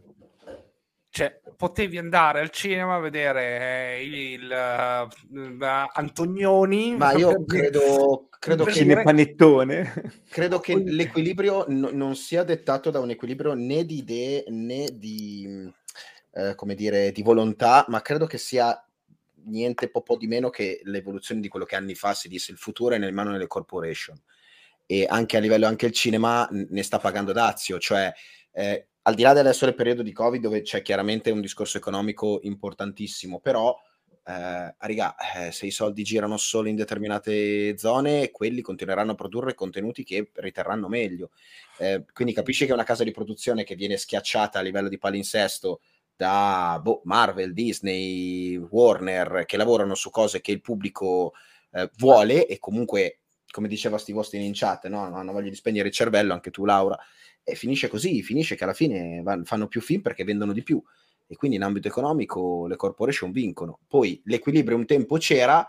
Cioè, potevi andare al cinema a vedere eh, il uh, Antonioni. Ma io per dire- credo, credo per che dire- cinepanettone. credo che Poi- l'equilibrio no- non sia dettato da un equilibrio né di idee né di, eh, come dire, di volontà, ma credo che sia niente po' po' di meno che l'evoluzione di quello che anni fa si disse: il futuro è nelle mani delle corporation, e anche a livello, anche il cinema n- ne sta pagando dazio, cioè eh, al di là adesso del periodo di Covid, dove c'è chiaramente un discorso economico importantissimo, però eh, raga, eh, se i soldi girano solo in determinate zone, quelli continueranno a produrre contenuti che riterranno meglio. Eh, quindi capisci che è una casa di produzione che viene schiacciata a livello di palinsesto da boh, Marvel, Disney, Warner, che lavorano su cose che il pubblico eh, vuole, e comunque, come diceva Steve Austin in chat, no? Non hanno voglia di spegnere il cervello, anche tu Laura, e finisce così, finisce che alla fine van- fanno più film perché vendono di più, e quindi in ambito economico le corporation vincono. Poi l'equilibrio un tempo c'era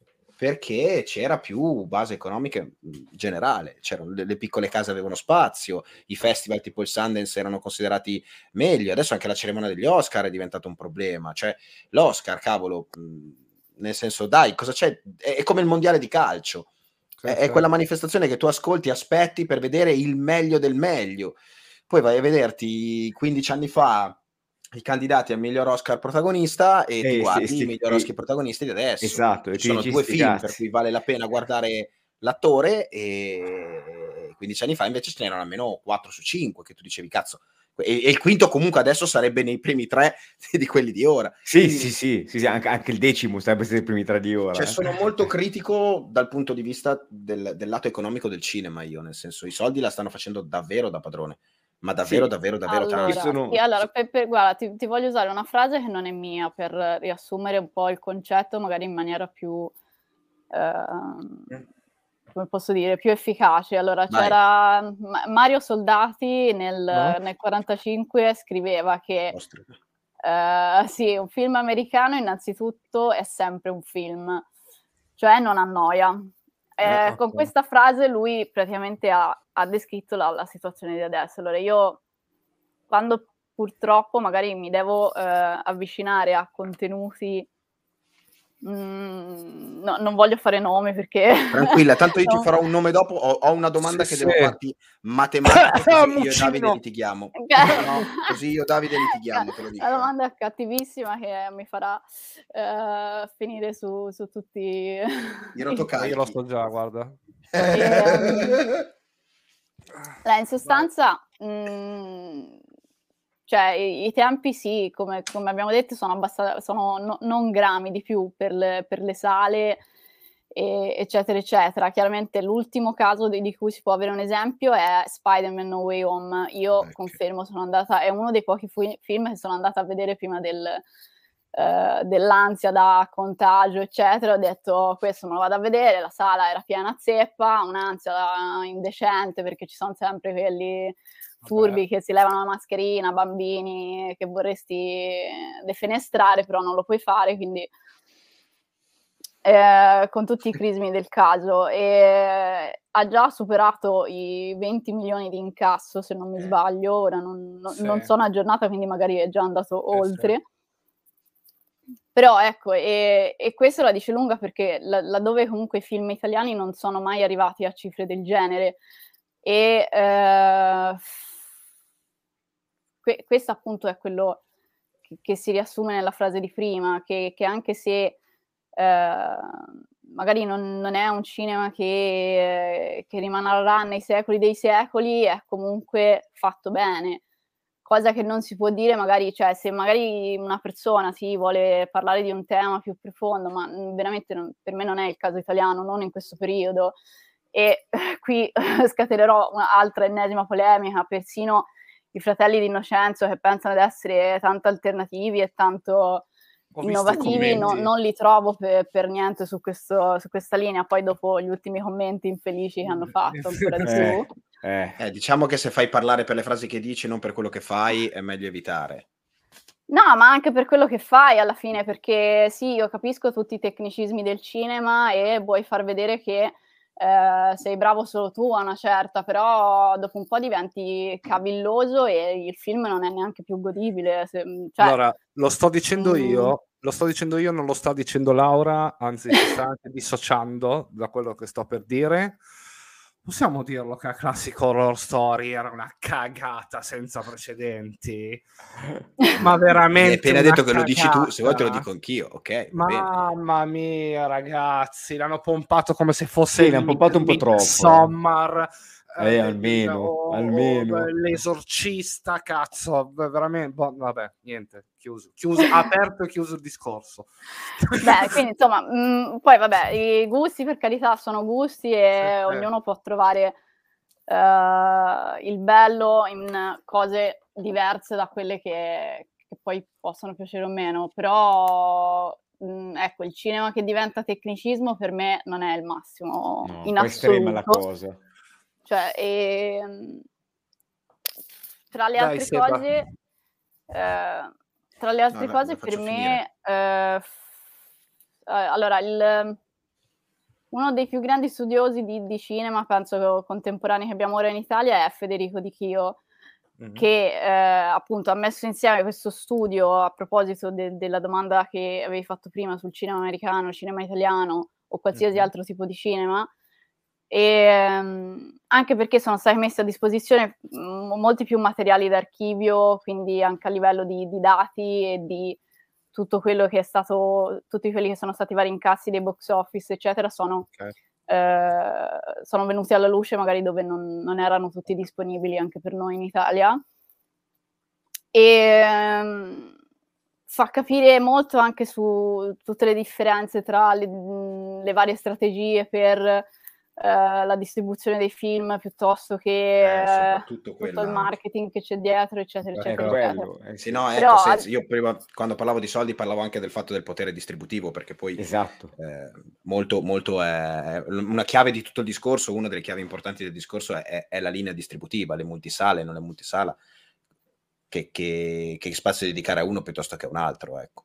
perché c'era più base economica mh, generale, c'erano le, le piccole case avevano spazio, i festival tipo il Sundance erano considerati meglio, adesso anche la cerimonia degli Oscar è diventato un problema, cioè l'Oscar, cavolo, mh, nel senso, dai, cosa c'è? È, è come il mondiale di calcio, Sì, è, sì. è quella manifestazione che tu ascolti, aspetti per vedere il meglio del meglio, poi vai a vederti quindici anni fa i candidati al miglior Oscar protagonista e ti Eh, sì, guardi sì, i miglior e- Oscar protagonisti di adesso. esatto, e Ci ti sono dici due sti film per cazzi. cui vale la pena guardare l'attore, e quindici anni fa invece ce n'erano almeno quattro su cinque che tu dicevi cazzo, e, e il quinto comunque adesso sarebbe nei primi tre di quelli di ora. Sì, Quindi, sì, sì, sì, sì, anche, anche il decimo sarebbe stato i primi tre di ora. cioè, eh. sono molto critico dal punto di vista del, del lato economico del cinema, io, nel senso, i soldi la stanno facendo davvero da padrone, ma davvero, Sì. davvero, davvero Allora, Io tanto. sono- sì, allora per, per- guarda, ti, ti voglio usare una frase che non è mia per riassumere un po' il concetto, magari in maniera più, ehm, come posso dire, più efficace. Allora, Vai. c'era Ma- Mario Soldati nel, No? nel quarantacinque scriveva che Ostro. eh, sì, un film americano innanzitutto è sempre un film, cioè non annoia. Eh, Eh, ok. Con questa frase lui praticamente ha, ha descritto la, la situazione di adesso. Allora io, quando purtroppo magari mi devo eh, avvicinare a contenuti, mm, no, non voglio fare nomi perché... Tranquilla, tanto io ti no. farò un nome dopo, ho, ho una domanda Sì, che devo sì. farti matematica, così io e Muccino. Davide litighiamo. Ok. No, così io e Davide litighiamo, te lo dico. La eh. domanda è cattivissima che mi farà eh, finire su, su tutti I Eh, rotocalchi. io lo so già, guarda. Ehm, Allora, in sostanza, mh, cioè, i, i tempi sì, come, come abbiamo detto, sono, abbastan- sono no- non grami di più per le, per le sale, e- eccetera, eccetera. Chiaramente l'ultimo caso di, di cui si può avere un esempio è Spider-Man No Way Home. Io Ecco. confermo, sono andata, è uno dei pochi fu- film che sono andata a vedere prima del, eh, dell'ansia da contagio, eccetera. Ho detto, "Oh, questo me lo vado a vedere", la sala era piena zeppa, un'ansia da- indecente perché ci sono sempre quelli furbi che si levano la mascherina, bambini che vorresti defenestrare, però non lo puoi fare, quindi eh, con tutti i crismi del caso. E ha già superato i venti milioni di incasso, se non mi sbaglio, ora non, non- Sì. non sono aggiornata, quindi magari è già andato Sì, oltre. Però ecco, e, e questo la dice lunga perché la- laddove comunque i film italiani non sono mai arrivati a cifre del genere, e eh, que- questo appunto è quello che, che si riassume nella frase di prima, che, che anche se eh, magari non, non è un cinema che, che rimarrà nei secoli dei secoli, è comunque fatto bene. Cosa che non si può dire magari, cioè se magari una persona si sì, vuole parlare di un tema più profondo, ma veramente non, per me non è il caso italiano, non in questo periodo, e qui scatenerò un'altra ennesima polemica, persino i fratelli di Innocenzo che pensano di essere tanto alternativi e tanto innovativi, no, non li trovo per, per niente su, questo, su questa linea. Poi dopo gli ultimi commenti infelici che hanno fatto ancora di Eh, più. eh. Eh, diciamo che se fai parlare per le frasi che dici, non per quello che fai, è meglio evitare. No, ma anche per quello che fai alla fine, perché sì, io capisco tutti i tecnicismi del cinema e vuoi far vedere che eh, sei bravo solo tu a una certa, però dopo un po' diventi cavilloso e il film non è neanche più godibile. Se, cioè, allora, lo sto dicendo mm, io, lo sto dicendo io, non lo sta dicendo Laura, anzi si sta anche dissociando da quello che sto per dire. Possiamo dirlo che la Classic Horror Story era una cagata senza precedenti? Ma veramente hai appena una detto che lo dici tu, se vuoi te lo cagata. dico anch'io, ok? Va bene. Mamma mia, ragazzi, l'hanno pompato come se fosse Sì, l'hanno pompato un po' troppo, eh. Midsommar, Eh, eh, almeno, o- almeno. o l'esorcista, cazzo, v- veramente, boh, vabbè, niente, chiuso, chiuso, aperto e chiuso il discorso. Beh, quindi insomma, mh, poi vabbè, i gusti per carità sono gusti e Sì, ognuno può trovare eh, il bello in cose diverse da quelle che, che poi possono piacere o meno, però mh, ecco, il cinema che diventa tecnicismo per me non è il massimo No, in poi estrema la assoluto. cosa. Cioè, e, mh, tra le Dai, altre Seba. cose, eh, tra le altre No, la- cose la per faccio me, eh, f- eh, allora, il, uno dei più grandi studiosi di, di cinema, penso contemporanei che abbiamo ora in Italia, è Federico Di Chio, Mhm. che eh, appunto ha messo insieme questo studio a proposito de- della domanda che avevi fatto prima sul cinema americano, cinema italiano o qualsiasi Mhm. altro tipo di cinema. E um, anche perché sono stati messi a disposizione m- molti più materiali d'archivio, quindi anche a livello di, di dati e di tutto quello che è stato, tutti quelli che sono stati i vari incassi dei box office, eccetera, sono, Okay. eh, sono venuti alla luce magari dove non, non erano tutti disponibili anche per noi in Italia. E um, fa capire molto anche su tutte le differenze tra le, le varie strategie per Uh, la distribuzione dei film piuttosto che Eh, soprattutto tutto il quella marketing che c'è dietro, eccetera, Ecco, eccetera, È eccetera. quello. eh, Sì, sì. no, ecco, Però, senso, io prima quando parlavo di soldi parlavo anche del fatto del potere distributivo, perché poi Esatto. eh, molto, molto è una chiave di tutto il discorso, una delle chiavi importanti del discorso è, è, è la linea distributiva, le multisale, non le multisala, che, che, che spazio dedicare a uno piuttosto che a un altro, ecco.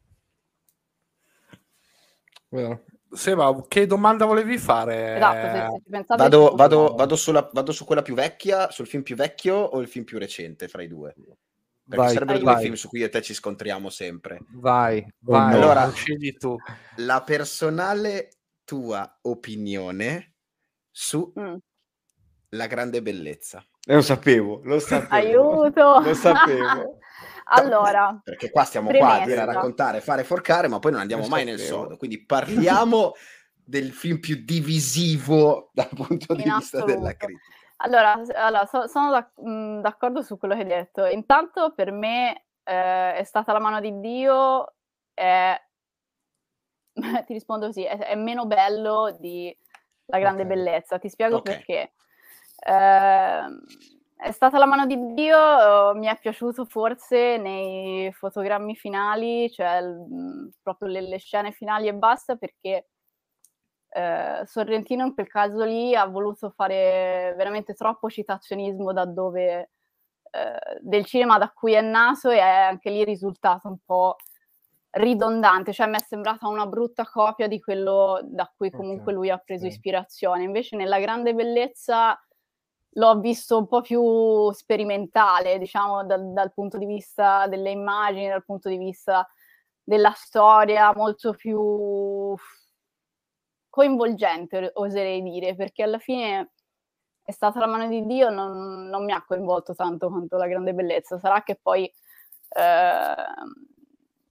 Vero. Seba, che domanda volevi fare? esatto, se, se ci pensate Vado, ci può- vado, vado, sulla, vado su quella più vecchia, sul film più vecchio o il film più recente fra i due? Perché Vai, sarebbero vai. due vai. film su cui io e te ci scontriamo sempre. Vai, vai, no. Allora, scegli tu. la personale tua opinione su Mm. La grande bellezza. Eh, Lo sapevo, lo sapevo. Aiuto! Lo sapevo. Allora, Perché qua stiamo qua a dire, a premessa. raccontare, fare, forcare, ma poi non andiamo Lo mai nel sapevo. sodo. Quindi parliamo del film più divisivo dal punto di In vista della assoluto. critica. Allora, s- allora, so- sono d'ac- mh, d'accordo su quello che hai detto. Intanto per me eh, È stata la mano di Dio, è... ti rispondo così, è, è meno bello di La grande Ok. bellezza. Ti spiego Ok. perché. Ehm, È stata la mano di Dio, eh, mi è piaciuto forse nei fotogrammi finali, cioè l- mh, proprio le, le scene finali e basta, perché eh, Sorrentino in quel caso lì ha voluto fare veramente troppo citazionismo da dove, eh, del cinema da cui è nato, e è anche lì risultato un po' ridondante, cioè mi è sembrata una brutta copia di quello da cui comunque Ok, lui ha preso sì. ispirazione. Invece nella grande bellezza l'ho visto un po' più sperimentale, diciamo, dal, dal punto di vista delle immagini, dal punto di vista della storia, molto più coinvolgente, oserei dire, perché alla fine È stata la mano di Dio, non, non mi ha coinvolto tanto quanto La grande bellezza. Sarà che poi eh,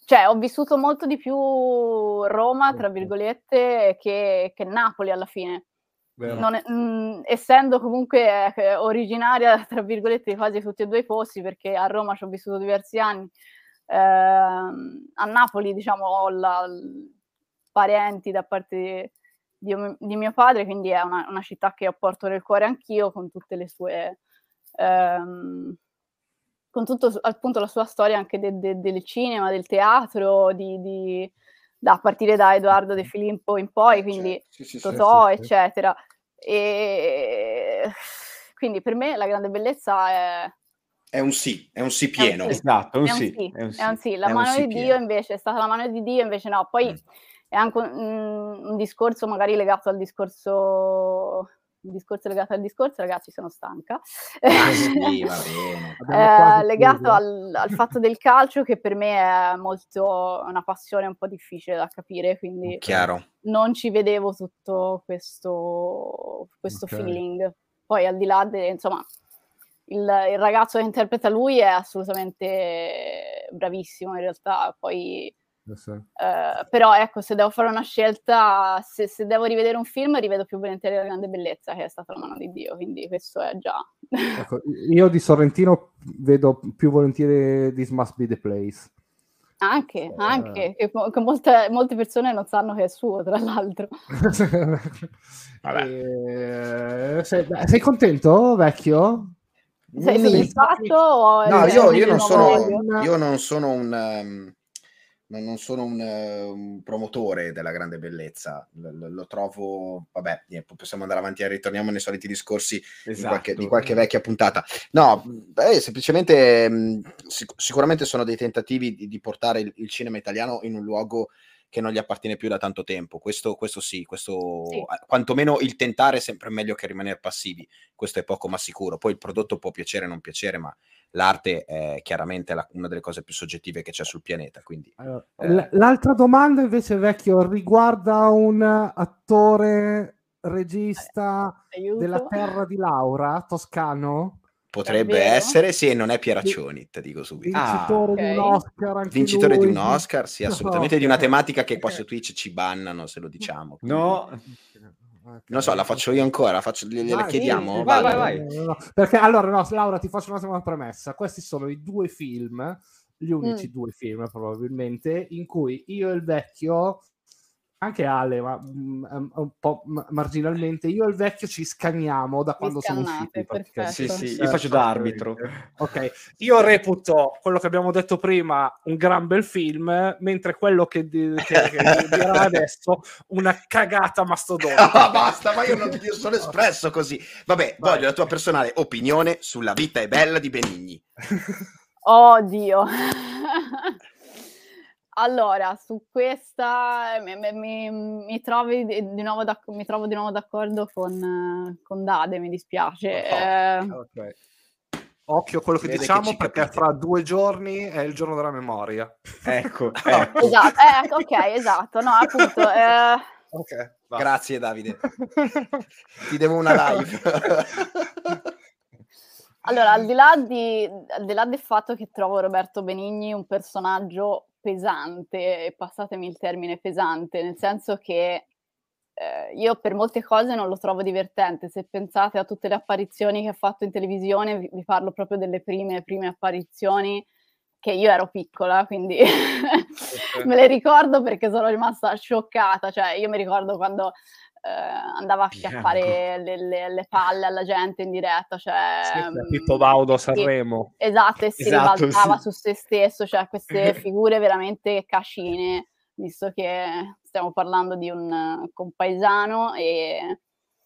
cioè ho vissuto molto di più Roma, tra virgolette, che, che Napoli alla fine. Non è, mh, essendo comunque eh, originaria, tra virgolette, di quasi tutti e due i posti, perché a Roma ci ho vissuto diversi anni, eh, a Napoli, diciamo, ho la, parenti da parte di, di, di mio padre, quindi è una, una città che porto nel cuore anch'io, con tutte le sue... Ehm, con tutto appunto la sua storia anche de, de, del cinema, del teatro, di, di, da a partire da Edoardo De Filippo in poi, quindi eh, sì, sì, Totò, sì, sì, eccetera. E quindi per me la grande bellezza è... È un sì, è un sì pieno. È un sì. Esatto, è un, è un sì, sì. È un sì. È un sì. La è mano sì di pieno. Dio invece è stata la mano di Dio, invece no. Poi mm. è anche un, un discorso magari legato al discorso... Il discorso legato al discorso, ragazzi, sono stanca. Ah, sì, va bene. eh, legato al, al fatto del calcio, che per me è molto una passione un po' difficile da capire, quindi chiaro. Non ci vedevo tutto questo, questo okay. feeling. Poi al di là de, insomma, il, il ragazzo che interpreta lui è assolutamente bravissimo in realtà, poi Sì. Uh, però ecco, se devo fare una scelta, se, se devo rivedere un film, rivedo più volentieri La grande bellezza, che è stata La mano di Dio, quindi questo è già... Ecco, io di Sorrentino vedo più volentieri This Must Be the Place. Anche, anche, che, che molte, molte persone non sanno che è suo, tra l'altro. e, sei, sei contento, vecchio? Sei soddisfatto? No, io, io, non sono, io non sono un... Um... non sono un, uh, un promotore della grande bellezza, lo, lo trovo, vabbè, possiamo andare avanti e ritorniamo nei soliti discorsi esatto. di, qualche, di qualche vecchia puntata. No, beh, semplicemente mh, sic- sicuramente sono dei tentativi di, di portare il, il cinema italiano in un luogo che non gli appartiene più da tanto tempo, questo, questo sì, questo sì. Quantomeno il tentare è sempre meglio che rimanere passivi, questo è poco ma sicuro, poi il prodotto può piacere o non piacere, ma l'arte è chiaramente la, una delle cose più soggettive che c'è sul pianeta. Quindi, allora, eh. L'altra domanda invece, vecchio, riguarda un attore regista Aiuto. della terra di Laura, toscano. Potrebbe Davvero? essere, sì, non è Pieraccioni, te dico subito. Vincitore ah, okay. di un Oscar, anche Vincitore lui. di un Oscar, sì, assolutamente, no, di una tematica che qua su Twitch ci bannano se lo diciamo. Quindi... No, non so, la faccio io ancora, faccio, gliela chiediamo? Sì, vai, vai, vai. No, no, perché allora, no, Laura, ti faccio una premessa. Questi sono i due film, gli unici mm. due film probabilmente, in cui io e il vecchio, anche Ale, ma um, un po' marginalmente, io e il vecchio ci scagniamo da quando sono usciti. Sì, sì, io faccio da arbitro. Ok, io reputo quello che abbiamo detto prima un gran bel film, mentre quello che, di, che, che dirà adesso una cagata mastodonica. Ah, basta, ma io non io sono espresso così. Vabbè, Vai. voglio la tua personale opinione sulla vita è bella di Benigni. Oh Dio. Allora, su questa mi, mi, mi, trovi di nuovo mi trovo di nuovo d'accordo con, con Dade, mi dispiace. Oh, eh, okay. Occhio a quello che Vede diciamo, che perché capite. Fra due giorni è il giorno della memoria. Ecco, ecco. Esatto, eh, ok, esatto. No, appunto... Eh... Okay, grazie Davide. Ti devo una live. Allora, al di là di, al di là del fatto che trovo Roberto Benigni un personaggio pesante, e passatemi il termine pesante, nel senso che eh, io per molte cose non lo trovo divertente. Se pensate a tutte le apparizioni che ha fatto in televisione, vi, vi parlo proprio delle prime, prime apparizioni, che io ero piccola, quindi okay. me le ricordo perché sono rimasta scioccata. Cioè, io mi ricordo quando eh, andava a schiaffare le, le, le palle alla gente in diretta, cioè sì, Pippo Baudo a Sanremo. Sì, esatto, e si esatto, ribaltava sì. su se stesso, cioè queste figure veramente cascine, visto che stiamo parlando di un compaesano e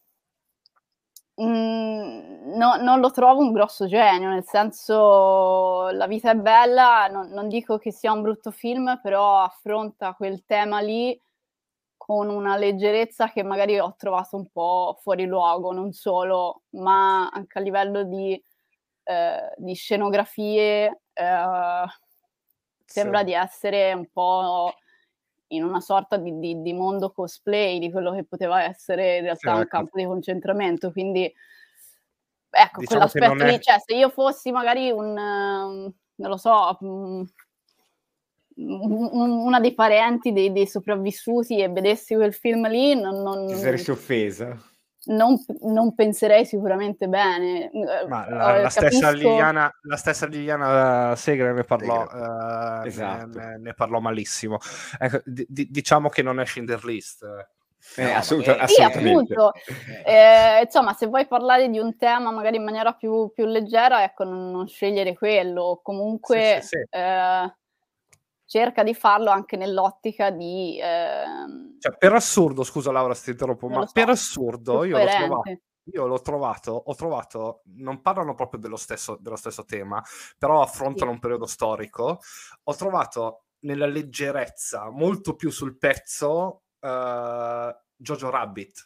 mm, no, non lo trovo un grosso genio, nel senso La vita è bella, non, non dico che sia un brutto film, però affronta quel tema lì con una leggerezza che magari ho trovato un po' fuori luogo, non solo, ma anche a livello di, eh, di scenografie eh, sembra sì. di essere un po' in una sorta di, di, di mondo cosplay di quello che poteva essere in realtà sì, un ecco. campo di concentramento, quindi ecco, diciamo quell'aspetto lì, è... cioè se io fossi magari un, um, non lo so, um, una dei parenti dei, dei sopravvissuti e vedessi quel film lì, non, non, ti saresti offesa? Non, non penserei sicuramente bene. Ma la, la, Capisco... stessa Liliana, la stessa Liliana Segre ne parlò, uh, esatto. ne, ne parlò malissimo. Ecco, di, diciamo che non è Schindler List. Eh, no, assoluta, magari... Sì, assolutamente. appunto. Eh, insomma, se vuoi parlare di un tema magari in maniera più, più leggera, ecco, non, non scegliere quello. Comunque sì, sì, sì. Eh, cerca di farlo anche nell'ottica di... Eh, cioè, per assurdo, scusa Laura se ti interrompo, ma so, per assurdo io l'ho trovato. Io l'ho trovato, ho trovato, non parlano proprio dello stesso, dello stesso tema, però affrontano sì. un periodo storico. Ho trovato nella leggerezza, molto più sul pezzo, uh, Jojo Rabbit.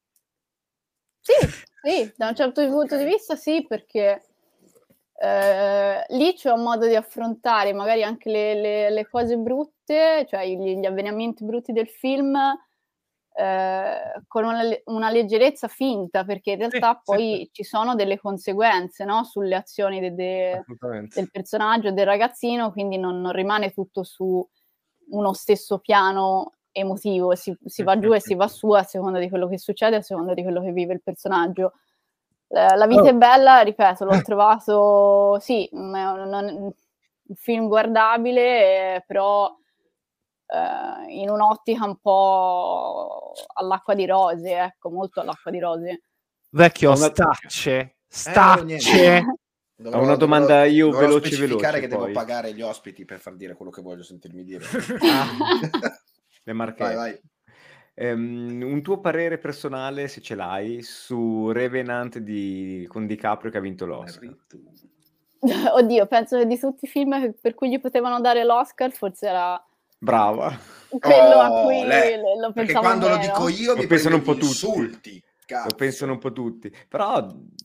Sì, sì, da un certo punto di vista sì, perché eh, lì c'è un modo di affrontare magari anche le, le, le cose brutte, cioè gli, gli avvenimenti brutti del film, Eh, con una, una leggerezza finta, perché in realtà sì, poi sì, sì. ci sono delle conseguenze, no? Sulle azioni de, de, del personaggio e del ragazzino, quindi non, non rimane tutto su uno stesso piano emotivo, si, si va giù e si va su a seconda di quello che succede, a seconda di quello che vive il personaggio. La, la vita oh. è bella, ripeto, l'ho trovato sì, un, un, un film guardabile, eh, però Uh, in un'ottica un po' all'acqua di rose, ecco, molto all'acqua di rose. Vecchio, una... stacce, stacce. Eh, dovrò, Ho una domanda dovrò, io dovrò veloce specificare veloce che poi. devo pagare gli ospiti per far dire quello che voglio sentirmi dire. Ah, le marche. Vai, vai. Um, un tuo parere personale, se ce l'hai, su Revenant di, con DiCaprio che ha vinto l'Oscar? Oddio, penso che di tutti i film per cui gli potevano dare l'Oscar forse era... Brava. Quello oh, a cui le... lo, lo perché pensavo quando meno. lo dico io lo mi pensano un po' tutti. Cazzo. Lo pensano un po' tutti. Però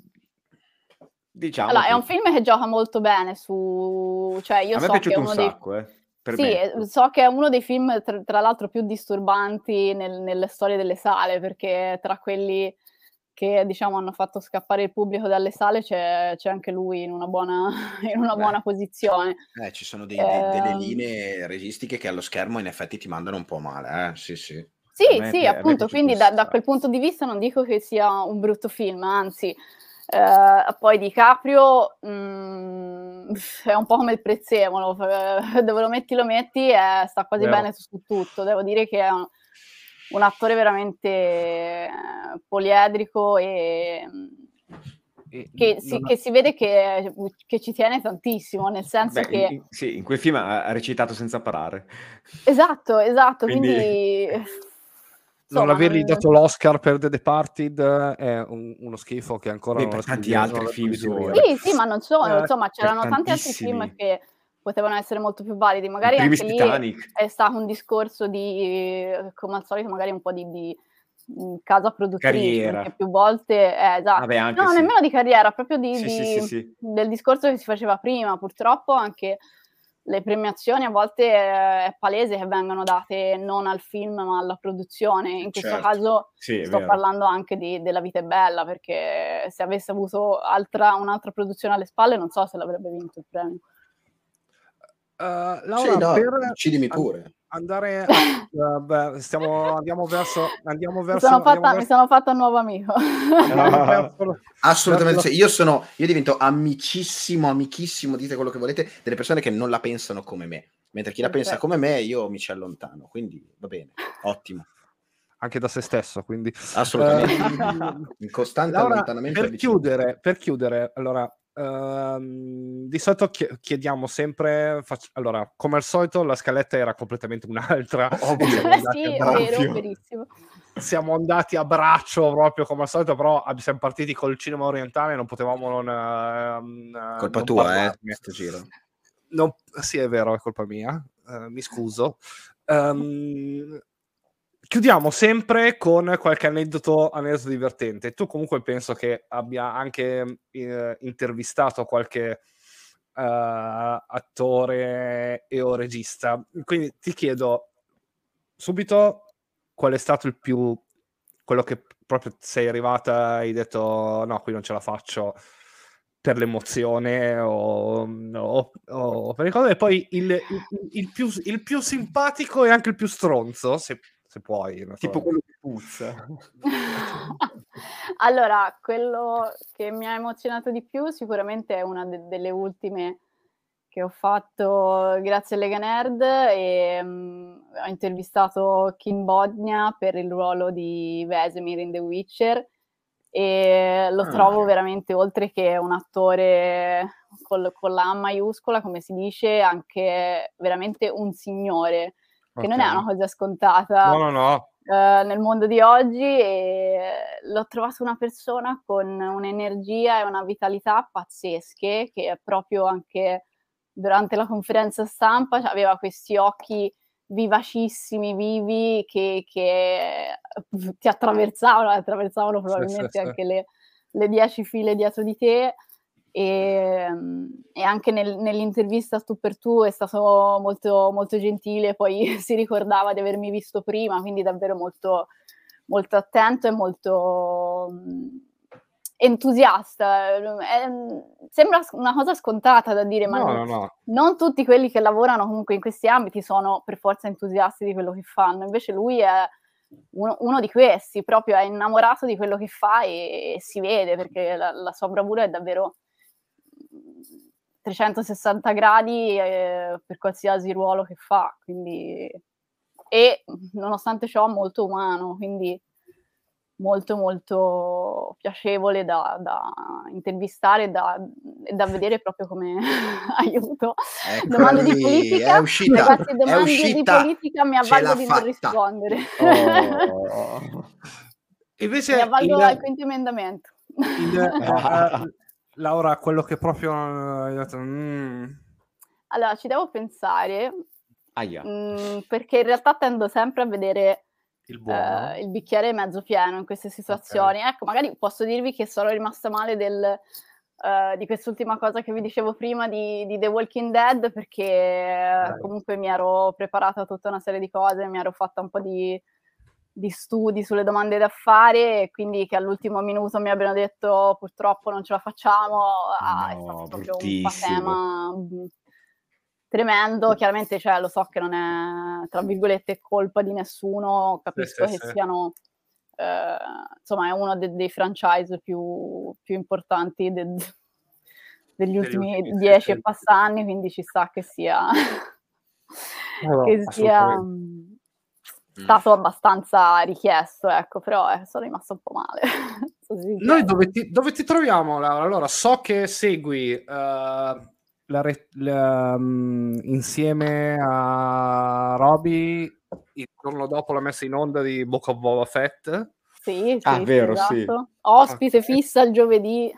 diciamo allora, che... è un film che gioca molto bene su... Cioè, io a me so è piaciuto che è un uno sacco, dei... eh. Sì, Permetto. so che è uno dei film, tra, tra l'altro, più disturbanti nel, nelle storie delle sale, perché tra quelli che, diciamo, hanno fatto scappare il pubblico dalle sale c'è, c'è anche lui in una buona, in una buona posizione. Eh, ci sono dei, eh, dei, delle linee registiche che allo schermo in effetti ti mandano un po' male, eh? Sì, sì. Sì, me, sì, appunto, quindi da, da quel punto di vista non dico che sia un brutto film, anzi... Uh, poi DiCaprio mh, è un po' come il prezzemolo, dove lo metti lo metti e sta quasi Vero. bene su, su tutto. Devo dire che è un, un attore veramente poliedrico e, e che, si, che si vede che, che ci tiene tantissimo, nel senso Beh, che in, sì, in quel film ha, ha recitato senza parare. Esatto, esatto, quindi... quindi... Insomma, non avergli non... dato l'Oscar per The Departed è un, uno schifo che ancora Beh, non per è tanti altri non film suoi. Sì, sì, ma non sono, eh, insomma, c'erano tanti altri film che potevano essere molto più validi. Magari anche lì Titanic. È stato un discorso di, come al solito, magari un po' di, di casa produttrice, carriera. Perché più volte... Eh, esatto. Vabbè, anche no, sì. nemmeno di carriera, proprio di, sì, di, sì, sì, sì. del discorso che si faceva prima. Purtroppo anche... le premiazioni a volte è palese che vengano date non al film ma alla produzione. In questo certo. caso sì, sto vero. parlando anche di della vita è bella, perché se avesse avuto altra, un'altra produzione alle spalle non so se l'avrebbe vinto il premio. Uh, Laura, sì, no, per decidimi pure. Andare a, uh, beh, stiamo, andiamo verso andiamo verso, mi, sono fatta, andiamo verso... mi sono fatta un nuovo amico. verso, assolutamente verso... sì. Io sono io divento amicissimo amicissimo dite quello che volete delle persone che non la pensano come me, mentre chi Perfetto. la pensa come me io mi ci allontano, quindi va bene, ottimo. Anche da se stesso, quindi assolutamente uh, in costante Laura, allontanamento. Per chiudere, per chiudere, allora Uh, di solito chiediamo sempre fac- allora, come al solito la scaletta era completamente un'altra. Ovvio. Sì, è vero, verissimo. Siamo andati a braccio proprio come al solito, però siamo partiti col cinema orientale, non potevamo non uh, colpa non tua, eh, questo giro. Non, sì, è vero, è colpa mia, uh, mi scuso. Um, Chiudiamo sempre con qualche aneddoto, aneddoto divertente. Tu comunque penso che abbia anche eh, intervistato qualche uh, attore e o regista. Quindi ti chiedo subito qual è stato il più... quello che proprio sei arrivata e hai detto no, qui non ce la faccio, per l'emozione o, o, o per le cose. E poi il, il, il, più, il più simpatico e anche il più stronzo, se, se puoi. Tipo quello che puzza. Allora, quello che mi ha emozionato di più sicuramente è una de- delle ultime che ho fatto grazie a Lega Nerd e um, ho intervistato Kim Bodnia per il ruolo di Vesemir in The Witcher e lo Ah. trovo veramente, oltre che un attore col, con la A maiuscola, come si dice, anche veramente un signore, che non è una cosa scontata. No, no, no. Uh, nel mondo di oggi e l'ho trovato una persona con un'energia e una vitalità pazzesche, che è proprio anche durante la conferenza stampa aveva questi occhi vivacissimi, vivi, che, che ti attraversavano, attraversavano probabilmente sì, sì, anche sì. le, le dieci file dietro di te. E, e anche nel, nell'intervista tu per tu è stato molto, molto gentile, poi si ricordava di avermi visto prima, quindi davvero molto, molto attento e molto um, entusiasta. È, sembra una cosa scontata da dire, ma no, non, no, no. non tutti quelli che lavorano comunque in questi ambiti sono per forza entusiasti di quello che fanno, invece lui è uno, uno di questi, proprio è innamorato di quello che fa e, e si vede, perché la, la sua bravura è davvero trecentosessanta gradi eh, per qualsiasi ruolo che fa, quindi e nonostante ciò molto umano, quindi molto molto piacevole da, da intervistare e da, da vedere proprio come aiuto. Eccola Domande lì, di politica, è uscita, ragazzi, è domande uscita, di politica mi ce avvalgo l'ha di non fatta. rispondere. Oh. Invece mi avvalgo il, al quinto emendamento. il, eh, eh, Laura, quello che proprio mm. Allora, ci devo pensare, Aia. mh, perché in realtà tendo sempre a vedere il, buono. eh, il bicchiere mezzo pieno in queste situazioni. Okay. Ecco, magari posso dirvi che sono rimasta male del, uh, di quest'ultima cosa che vi dicevo prima di, di The Walking Dead, perché Dai. comunque mi ero preparata tutta una serie di cose, mi ero fatta un po' di, di studi sulle domande da fare, e quindi che all'ultimo minuto mi abbiano detto purtroppo non ce la facciamo, ah, no, è stato proprio un patema tremendo. Chiaramente, cioè, lo so che non è, tra virgolette, colpa di nessuno, capisco sì, che sì, siano eh, insomma è uno de- dei franchise più, più importanti de- degli ultimi ultimi dieci e passa anni, quindi ci sta che sia no, che sia mh, stato abbastanza richiesto, ecco, però eh, sono rimasta un po' male. Noi dove ti, dove ti troviamo, Laura? Allora, so che segui uh, la re- la, um, insieme a Roby il giorno dopo la messa in onda di Book of Boba Fett. Sì, ah, sì, vero, esatto. sì. Ospite okay. fissa il giovedì.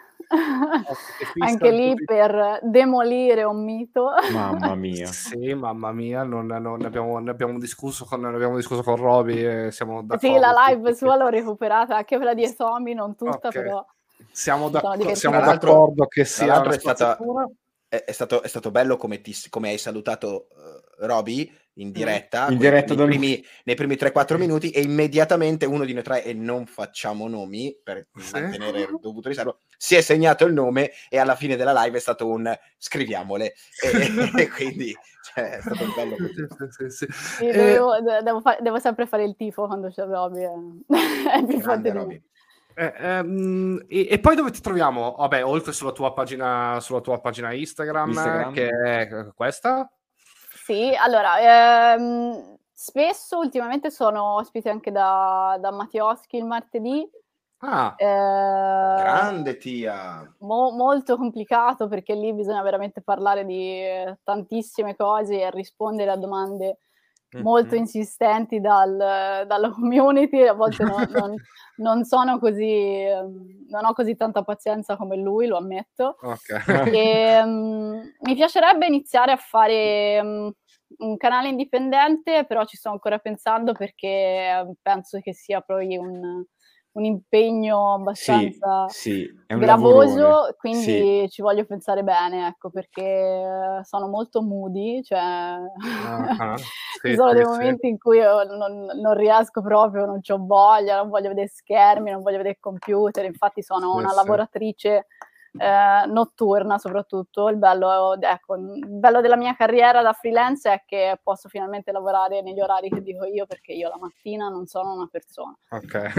Anche lì tutti... per demolire un mito. Mamma mia. Sì, mamma mia, non, non, ne, abbiamo, ne abbiamo discusso con, ne abbiamo discusso con Roby e siamo d'accordo. Sì, la live sua l'ho recuperata, anche quella di Esomi, non tutta, okay. però... Siamo, d'acc- siamo d'accordo che sia una è stata... È, è, stato, è stato bello come, ti, come hai salutato uh, Roby in diretta, in diretta nei, primi, nei primi tre quattro minuti, e immediatamente uno di noi tre, e non facciamo nomi per sì. mantenere il dovuto riservo, si è segnato il nome e alla fine della live è stato un scriviamole e, e quindi cioè, è stato bello così. Sì, sì, sì. Sì, devo, devo, fa- devo sempre fare il tifo quando c'è Roby, è più forte di me. Eh, ehm, e, e poi dove ti troviamo? Vabbè, oltre sulla tua pagina, sulla tua pagina Instagram, Instagram, che è questa? Sì, allora, ehm, spesso ultimamente sono ospite anche da, da Mattioschi il martedì. Ah, eh, grande Tia! Mo, molto complicato, perché lì bisogna veramente parlare di tantissime cose e rispondere a domande molto mm-hmm. insistenti dal, dalla community. A volte non, non, non sono così, non ho così tanta pazienza come lui, lo ammetto. Okay. E, um, mi piacerebbe iniziare a fare um, un canale indipendente, però ci sto ancora pensando, perché penso che sia poi un, un impegno abbastanza sì, sì, è un gravoso, lavorone. quindi sì. ci voglio pensare bene, ecco, perché sono molto moody, cioè uh-huh. sì, ci sono sì, dei sì. momenti in cui io non, non riesco proprio, non c'ho voglia, non voglio vedere schermi, non voglio vedere computer, infatti sono sì, una sì. lavoratrice eh, notturna soprattutto. Il bello, ecco, il bello della mia carriera da freelance è che posso finalmente lavorare negli orari che dico io, perché io la mattina non sono una persona. Ok.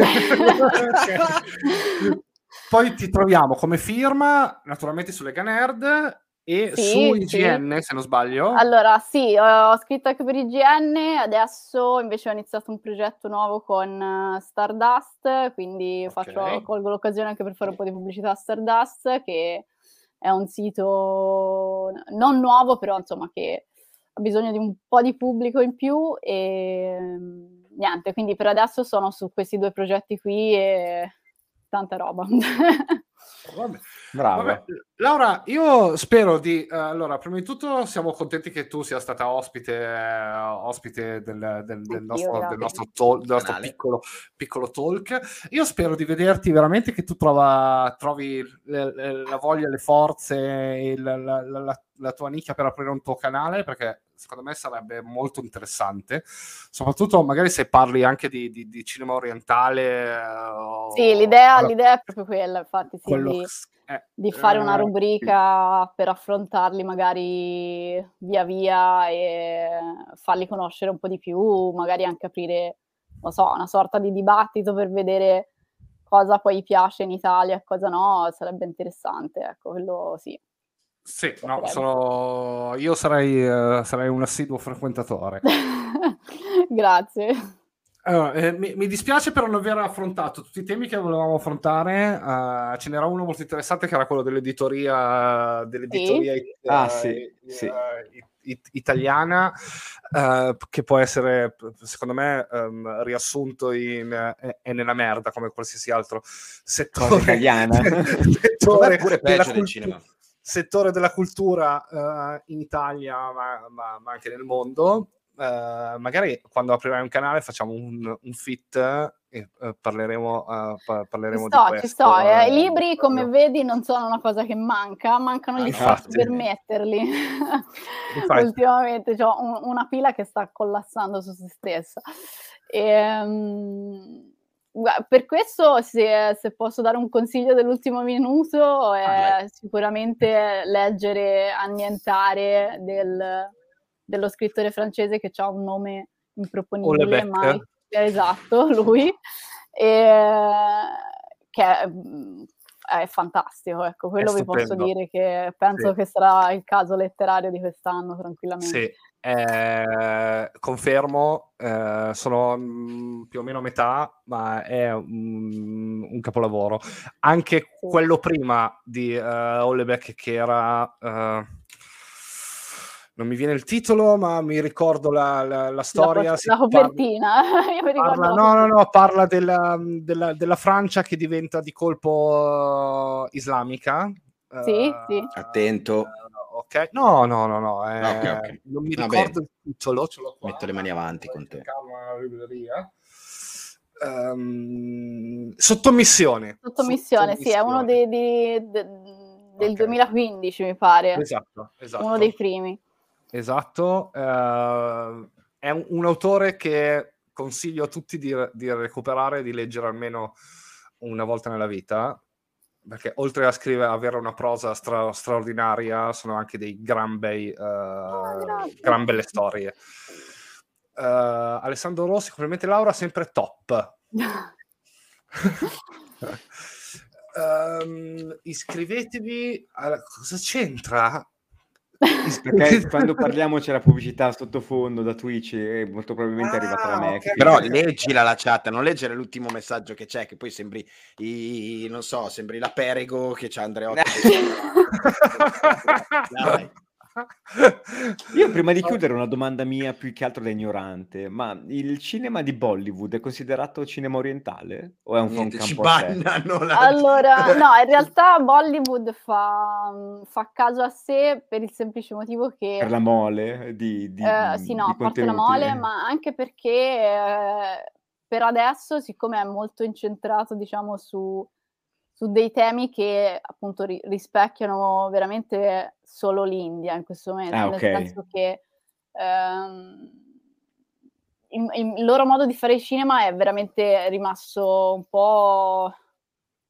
Poi ti troviamo come firma naturalmente su Lega Nerd e Sì, su I G N, sì. se non sbaglio. Allora, sì, ho scritto anche per I G N, adesso invece ho iniziato un progetto nuovo con Stardust, quindi Ok. faccio, colgo l'occasione anche per fare un po' di pubblicità a Stardust, che è un sito non nuovo, però insomma che ha bisogno di un po' di pubblico in più e niente, quindi per adesso sono su questi due progetti qui e tanta roba. Vabbè. Brava. Vabbè. Laura, io spero di... Uh, allora, prima di tutto siamo contenti che tu sia stata ospite, uh, ospite del, del, del nostro, del nostro, talk, del nostro piccolo, piccolo talk. Io spero di vederti veramente, che tu trova, trovi le, le, la voglia, le forze e la, la, la, la tua nicchia per aprire un tuo canale, perché secondo me sarebbe molto interessante, soprattutto magari se parli anche di, di, di cinema orientale. Uh, sì, l'idea, allora, l'idea è proprio quella, infatti, sì, quello, di, eh, di fare una rubrica sì. per affrontarli magari via via e farli conoscere un po' di più, magari anche aprire, non so, una sorta di dibattito per vedere cosa poi piace in Italia e cosa no, sarebbe interessante, ecco, quello sì. Sì, no, sono... io sarei, uh, sarei un assiduo frequentatore. Grazie. Allora, eh, mi, mi dispiace per non aver affrontato tutti i temi che volevamo affrontare. Uh, ce n'era uno molto interessante che era quello dell'editoria, dell'editoria sì. it, uh, ah, sì, uh, sì. It, it, italiana, uh, che può essere, secondo me, um, riassunto in eh, è nella merda come qualsiasi altro settore. Cosa italiana. settore pure della peggio del cinema. Settore della cultura uh, in Italia, ma, ma, ma anche nel mondo. Uh, magari quando aprirai un canale facciamo un, un fit e uh, parleremo, uh, pa- parleremo ci sto, di questo. Ci sto, eh. I uh, libri, come vedi, non sono una cosa che manca, mancano gli spazi per metterli. Ultimamente ho un, una pila che sta collassando su se stessa. E, um, per questo, se, se posso dare un consiglio dell'ultimo minuto, è ah, sicuramente leggere Annientare del, dello scrittore francese che ha un nome improponibile, ma è, esatto, lui, e, che è, è fantastico, ecco, quello vi posso dire, che penso sì. che sarà il caso letterario di quest'anno tranquillamente. Sì. Eh, confermo, eh, sono mh, più o meno a metà, ma è un, un capolavoro. Anche sì. quello prima di uh, Houellebecq, che era uh, non mi viene il titolo, ma mi ricordo la, la, la storia. La, la copertina. Parla, Io mi parla, la no, no, no, parla della, della, della Francia che diventa di colpo uh, islamica. Sì, uh, sì. Attento. Ok, no, no, no, no, eh, okay, okay. non mi Va ricordo bene. il titolo, ce l'ho qua. Metto le mani avanti con te. Um, Sottomissione. Sottomissione, sì, è uno dei, dei, de, del okay. duemilaquindici, mi pare. Esatto, esatto. Uno dei primi. Esatto. Uh, è un, un autore che consiglio a tutti di, di recuperare e di leggere almeno una volta nella vita, perché oltre a scrivere, avere una prosa stra- straordinaria, sono anche dei gran bei, uh, oh, gran belle storie. Uh, Alessandro Rossi, complimenti Laura, sempre top. um, iscrivetevi. Alla... Cosa c'entra? Perché quando parliamo c'è la pubblicità sottofondo da Twitch e molto probabilmente ah, è arrivata da me. Okay. Però leggila la chat, non leggere l'ultimo messaggio che c'è, che poi sembri i, non so, sembri la Perego che c'ha Andreotti. Dai. Io prima di chiudere una domanda mia più che altro da ignorante, ma il cinema di Bollywood è considerato cinema orientale? O è un, Niente, un campo ci bannano la... Allora, no, in realtà Bollywood fa, fa caso a sé per il semplice motivo che... Per la mole di, di, eh, sì, no, di a parte la mole, ma anche perché eh, per adesso, siccome è molto incentrato, diciamo, su... su dei temi che appunto ri- rispecchiano veramente solo l'India in questo momento, ah, nel okay. senso che ehm, il, il loro modo di fare cinema è veramente rimasto un po' tipo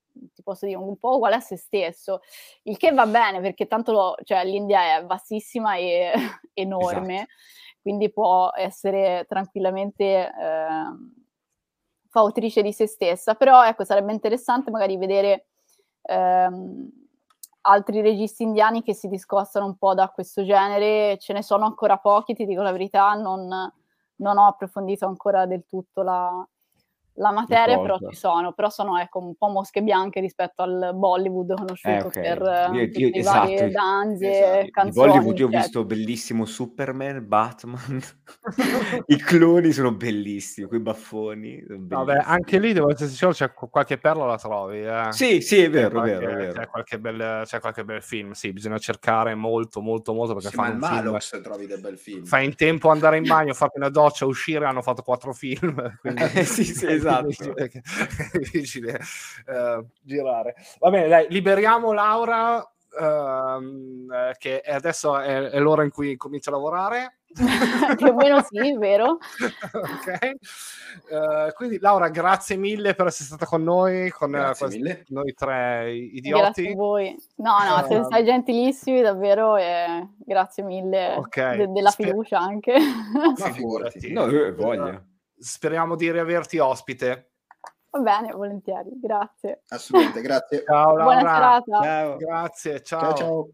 posso dire, un po' uguale a se stesso, il che va bene perché tanto lo, cioè, l'India è vastissima e enorme, Esatto. quindi può essere tranquillamente eh, fautrice di se stessa, però ecco sarebbe interessante magari vedere ehm, altri registi indiani che si discostano un po' da questo genere, ce ne sono ancora pochi, ti dico la verità, non, non ho approfondito ancora del tutto la, la materia, La però cosa. ci sono, però sono ecco un po' mosche bianche rispetto al Bollywood conosciuto Eh, ok. per Io, eh, tutte io- le esatto, varie danze, esatto. di canzoni, Bollywood io ho eccetera. visto bellissimo Superman, Batman, i cloni sono bellissimi, quei baffoni sono Vabbè, bellissimi. anche lì devo essere sincero, c'è qu- qualche perla la trovi, eh. Sì, sì, è C'è vero, è qualche, vero, è c'è vero. qualche bel, c'è qualche bel film, sì, bisogna cercare molto, molto, molto, perché Sì, ma fanno il un film, Malox trovi del bel film. fai in tempo andare in bagno, farti una doccia, uscire, hanno fatto quattro film, quindi Eh, sì, sì, è esatto. difficile, è difficile eh, girare. Va bene, dai, liberiamo Laura, ehm, eh, che adesso è, è l'ora in cui comincia a lavorare. Più o meno sì, vero? Ok. Uh, quindi Laura, grazie mille per essere stata con noi, con uh, Grazie quest- mille. noi tre idioti. Grazie a voi. No, no, siete Uh, stati gentilissimi davvero e grazie mille ok. de- della Sper- fiducia anche. Ma Figurati. No, io ho voglia. Uh, speriamo di riaverti ospite. Va bene, volentieri, grazie. Assolutamente, grazie. Ciao Buona Laura. serata. Ciao. Grazie, ciao. Ciao ciao.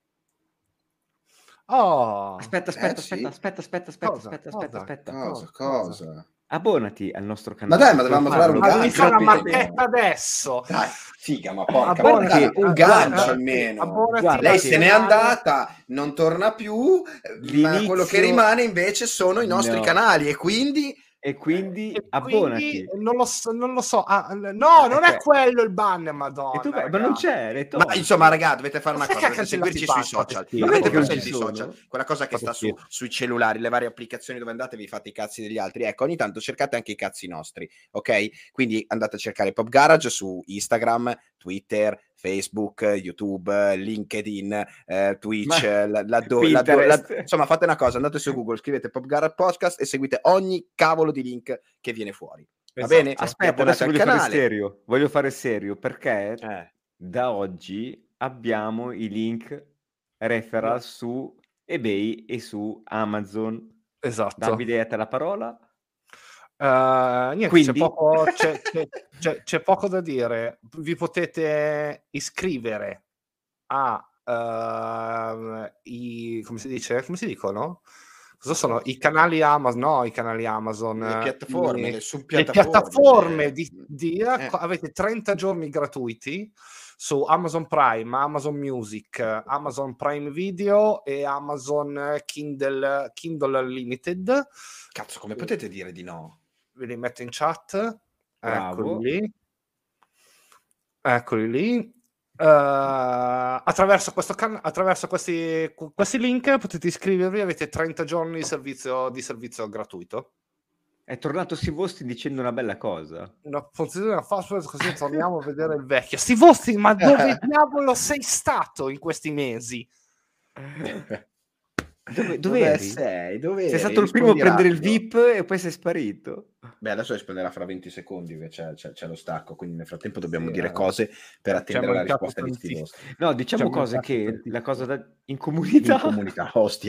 Oh, Aspetta, aspetta, Eh, sì. aspetta, aspetta, aspetta, Cosa? aspetta, Cosa? aspetta, aspetta. Cosa, cosa? cosa? Abbonati al nostro Ma canale. dai, ma puoi dovevamo trovare un farlo Ma devi gancio. fare una gratuitamente. marchetta adesso. Dai, figa, ma porca Abbonati, puttana, un eh, gancio guarda, almeno. abbonati guarda, Lei al se n'è canale. andata, non torna più, ma quello che L'inizio- rimane invece sono i nostri No. canali e quindi E quindi E abbonati. quindi non lo so, non lo so. Ah, no, non è Ok. quello il ban, E madonna. tu vai- ma ragazzi. non c'è, le ma togli. insomma, ragazzi, dovete fare Ma una sai cosa, che ha dovete cancellato seguirci i sui ban? social. Fate schifo. Ma avete Guarda che non presente ci i sono. social? Quella cosa che Fate sta su, schifo. sui cellulari, le varie applicazioni dove andate vi fate i cazzi degli altri. Ecco, ogni tanto cercate anche i cazzi nostri, ok? Quindi andate a cercare Pop Garage su Instagram, Twitter, Facebook, YouTube, LinkedIn, eh, Twitch, Ma- la, la do- la do- Pinterest. la- insomma fate una cosa, andate su Google, scrivete Pop Garage Podcast e seguite ogni cavolo di link che viene fuori. Va Esatto. bene? Vi Aspetta, abbonate adesso al voglio fare canale. serio. Voglio fare serio perché Eh. da oggi abbiamo i link referral su eBay e su Amazon. Esatto. Davide, a te la parola. Uh, niente, Quindi? c'è, poco, c'è, c'è, c'è, c'è poco da dire. Vi potete iscrivere a uh, i, come si dice? Come si dicono? Cosa sono? I canali Amazon? No, i canali Amazon. Le piattaforme, i, le le subpiattaforme. piattaforme le- di, di Eh. avete trenta giorni gratuiti su Amazon Prime, Amazon Music, Amazon Prime Video e Amazon Kindle, Kindle Unlimited. Cazzo, come potete dire di no? Ve li metto in chat. Bravo. Eccoli lì. Eccoli lì. Uh, attraverso, questo can- attraverso questi, questi link potete iscrivervi, avete trenta giorni di servizio, di servizio gratuito. È tornato Sivosti dicendo una bella cosa. Una funzione fast, così torniamo a vedere il vecchio. Sivosti, ma dove diavolo sei stato in questi mesi? Dove, dove Dove eri? sei? Dove Sei eri? stato il primo a Rispondi prendere il rapido. V I P e poi sei sparito. Beh, adesso risponderà fra venti secondi che c'è, c'è, c'è lo stacco, quindi nel frattempo dobbiamo Sì, dire eh. cose per attendere la mancato risposta di sti tanti- vostri. No, diciamo C'è cose mancato che tantissimo. la cosa da... in comunità... In comunità, ostia.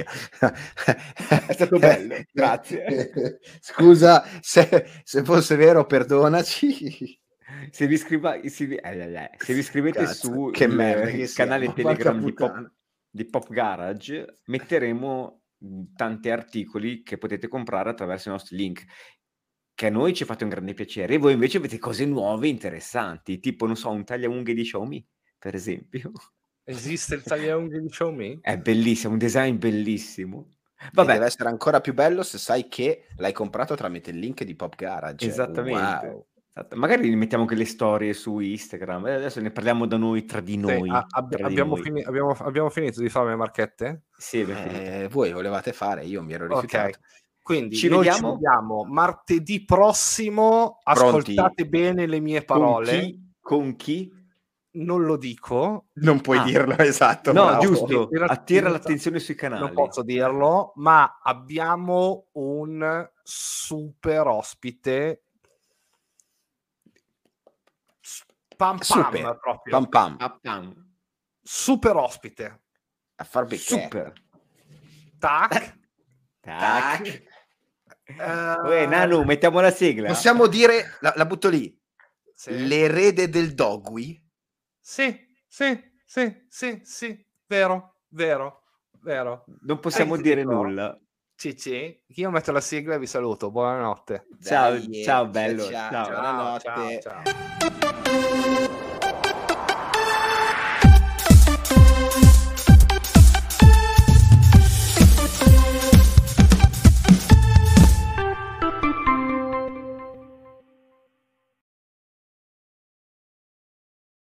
È stato bello, grazie. Scusa, se, se fosse vero, perdonaci. Se vi, iscriva... se vi... eh, eh, eh, se vi iscrivete Cazzo, su che il merda che canale siamo, Telegram porca di Pop, puttana. di Pop Garage, metteremo mh, tanti articoli che potete comprare attraverso i nostri link, che a noi ci fate un grande piacere, e voi invece avete cose nuove interessanti, tipo, non so, un tagliaunghie di Xiaomi, per esempio. Esiste il tagliaunghie di Xiaomi? È bellissimo, un design bellissimo. E Vabbè, deve essere ancora più bello se sai che l'hai comprato tramite il link di Pop Garage. esattamente. Wow. Esatto. Magari mettiamo anche le storie su Instagram. Eh, Adesso ne parliamo da noi, tra di Sì, noi. a- ab- tra di abbiamo, noi. fini- abbiamo, abbiamo finito di fare le marchette? Sì, abbiamo finito. Eh, voi volevate fare, io mi ero rifiutato. Ok, quindi Ci noi vediamo? ci vediamo martedì prossimo. Pronti? Ascoltate bene le mie Con parole. chi? Con chi? Non lo dico. Non puoi Ah. dirlo, esatto. No, bravo. giusto. In realtà- Attira in realtà l'attenzione sui canali. Non posso dirlo, ma abbiamo un super ospite pam pam, Super. proprio. Pam pam. Ah, pam. Super ospite. A far becchè. Super. Tac. Tac. Eh, Uè, Nanu, mettiamo la sigla. Possiamo dire, la, la butto lì, sì. l'erede del Dogui? Sì, sì, sì, sì, sì, vero, vero, vero. Non possiamo Eh, ti dire dico, nulla. Cicci, io metto la sigla e vi saluto, buonanotte. Ciao, Dai, ciao bello. ciao, Ciao. buonanotte. Ciao, ciao.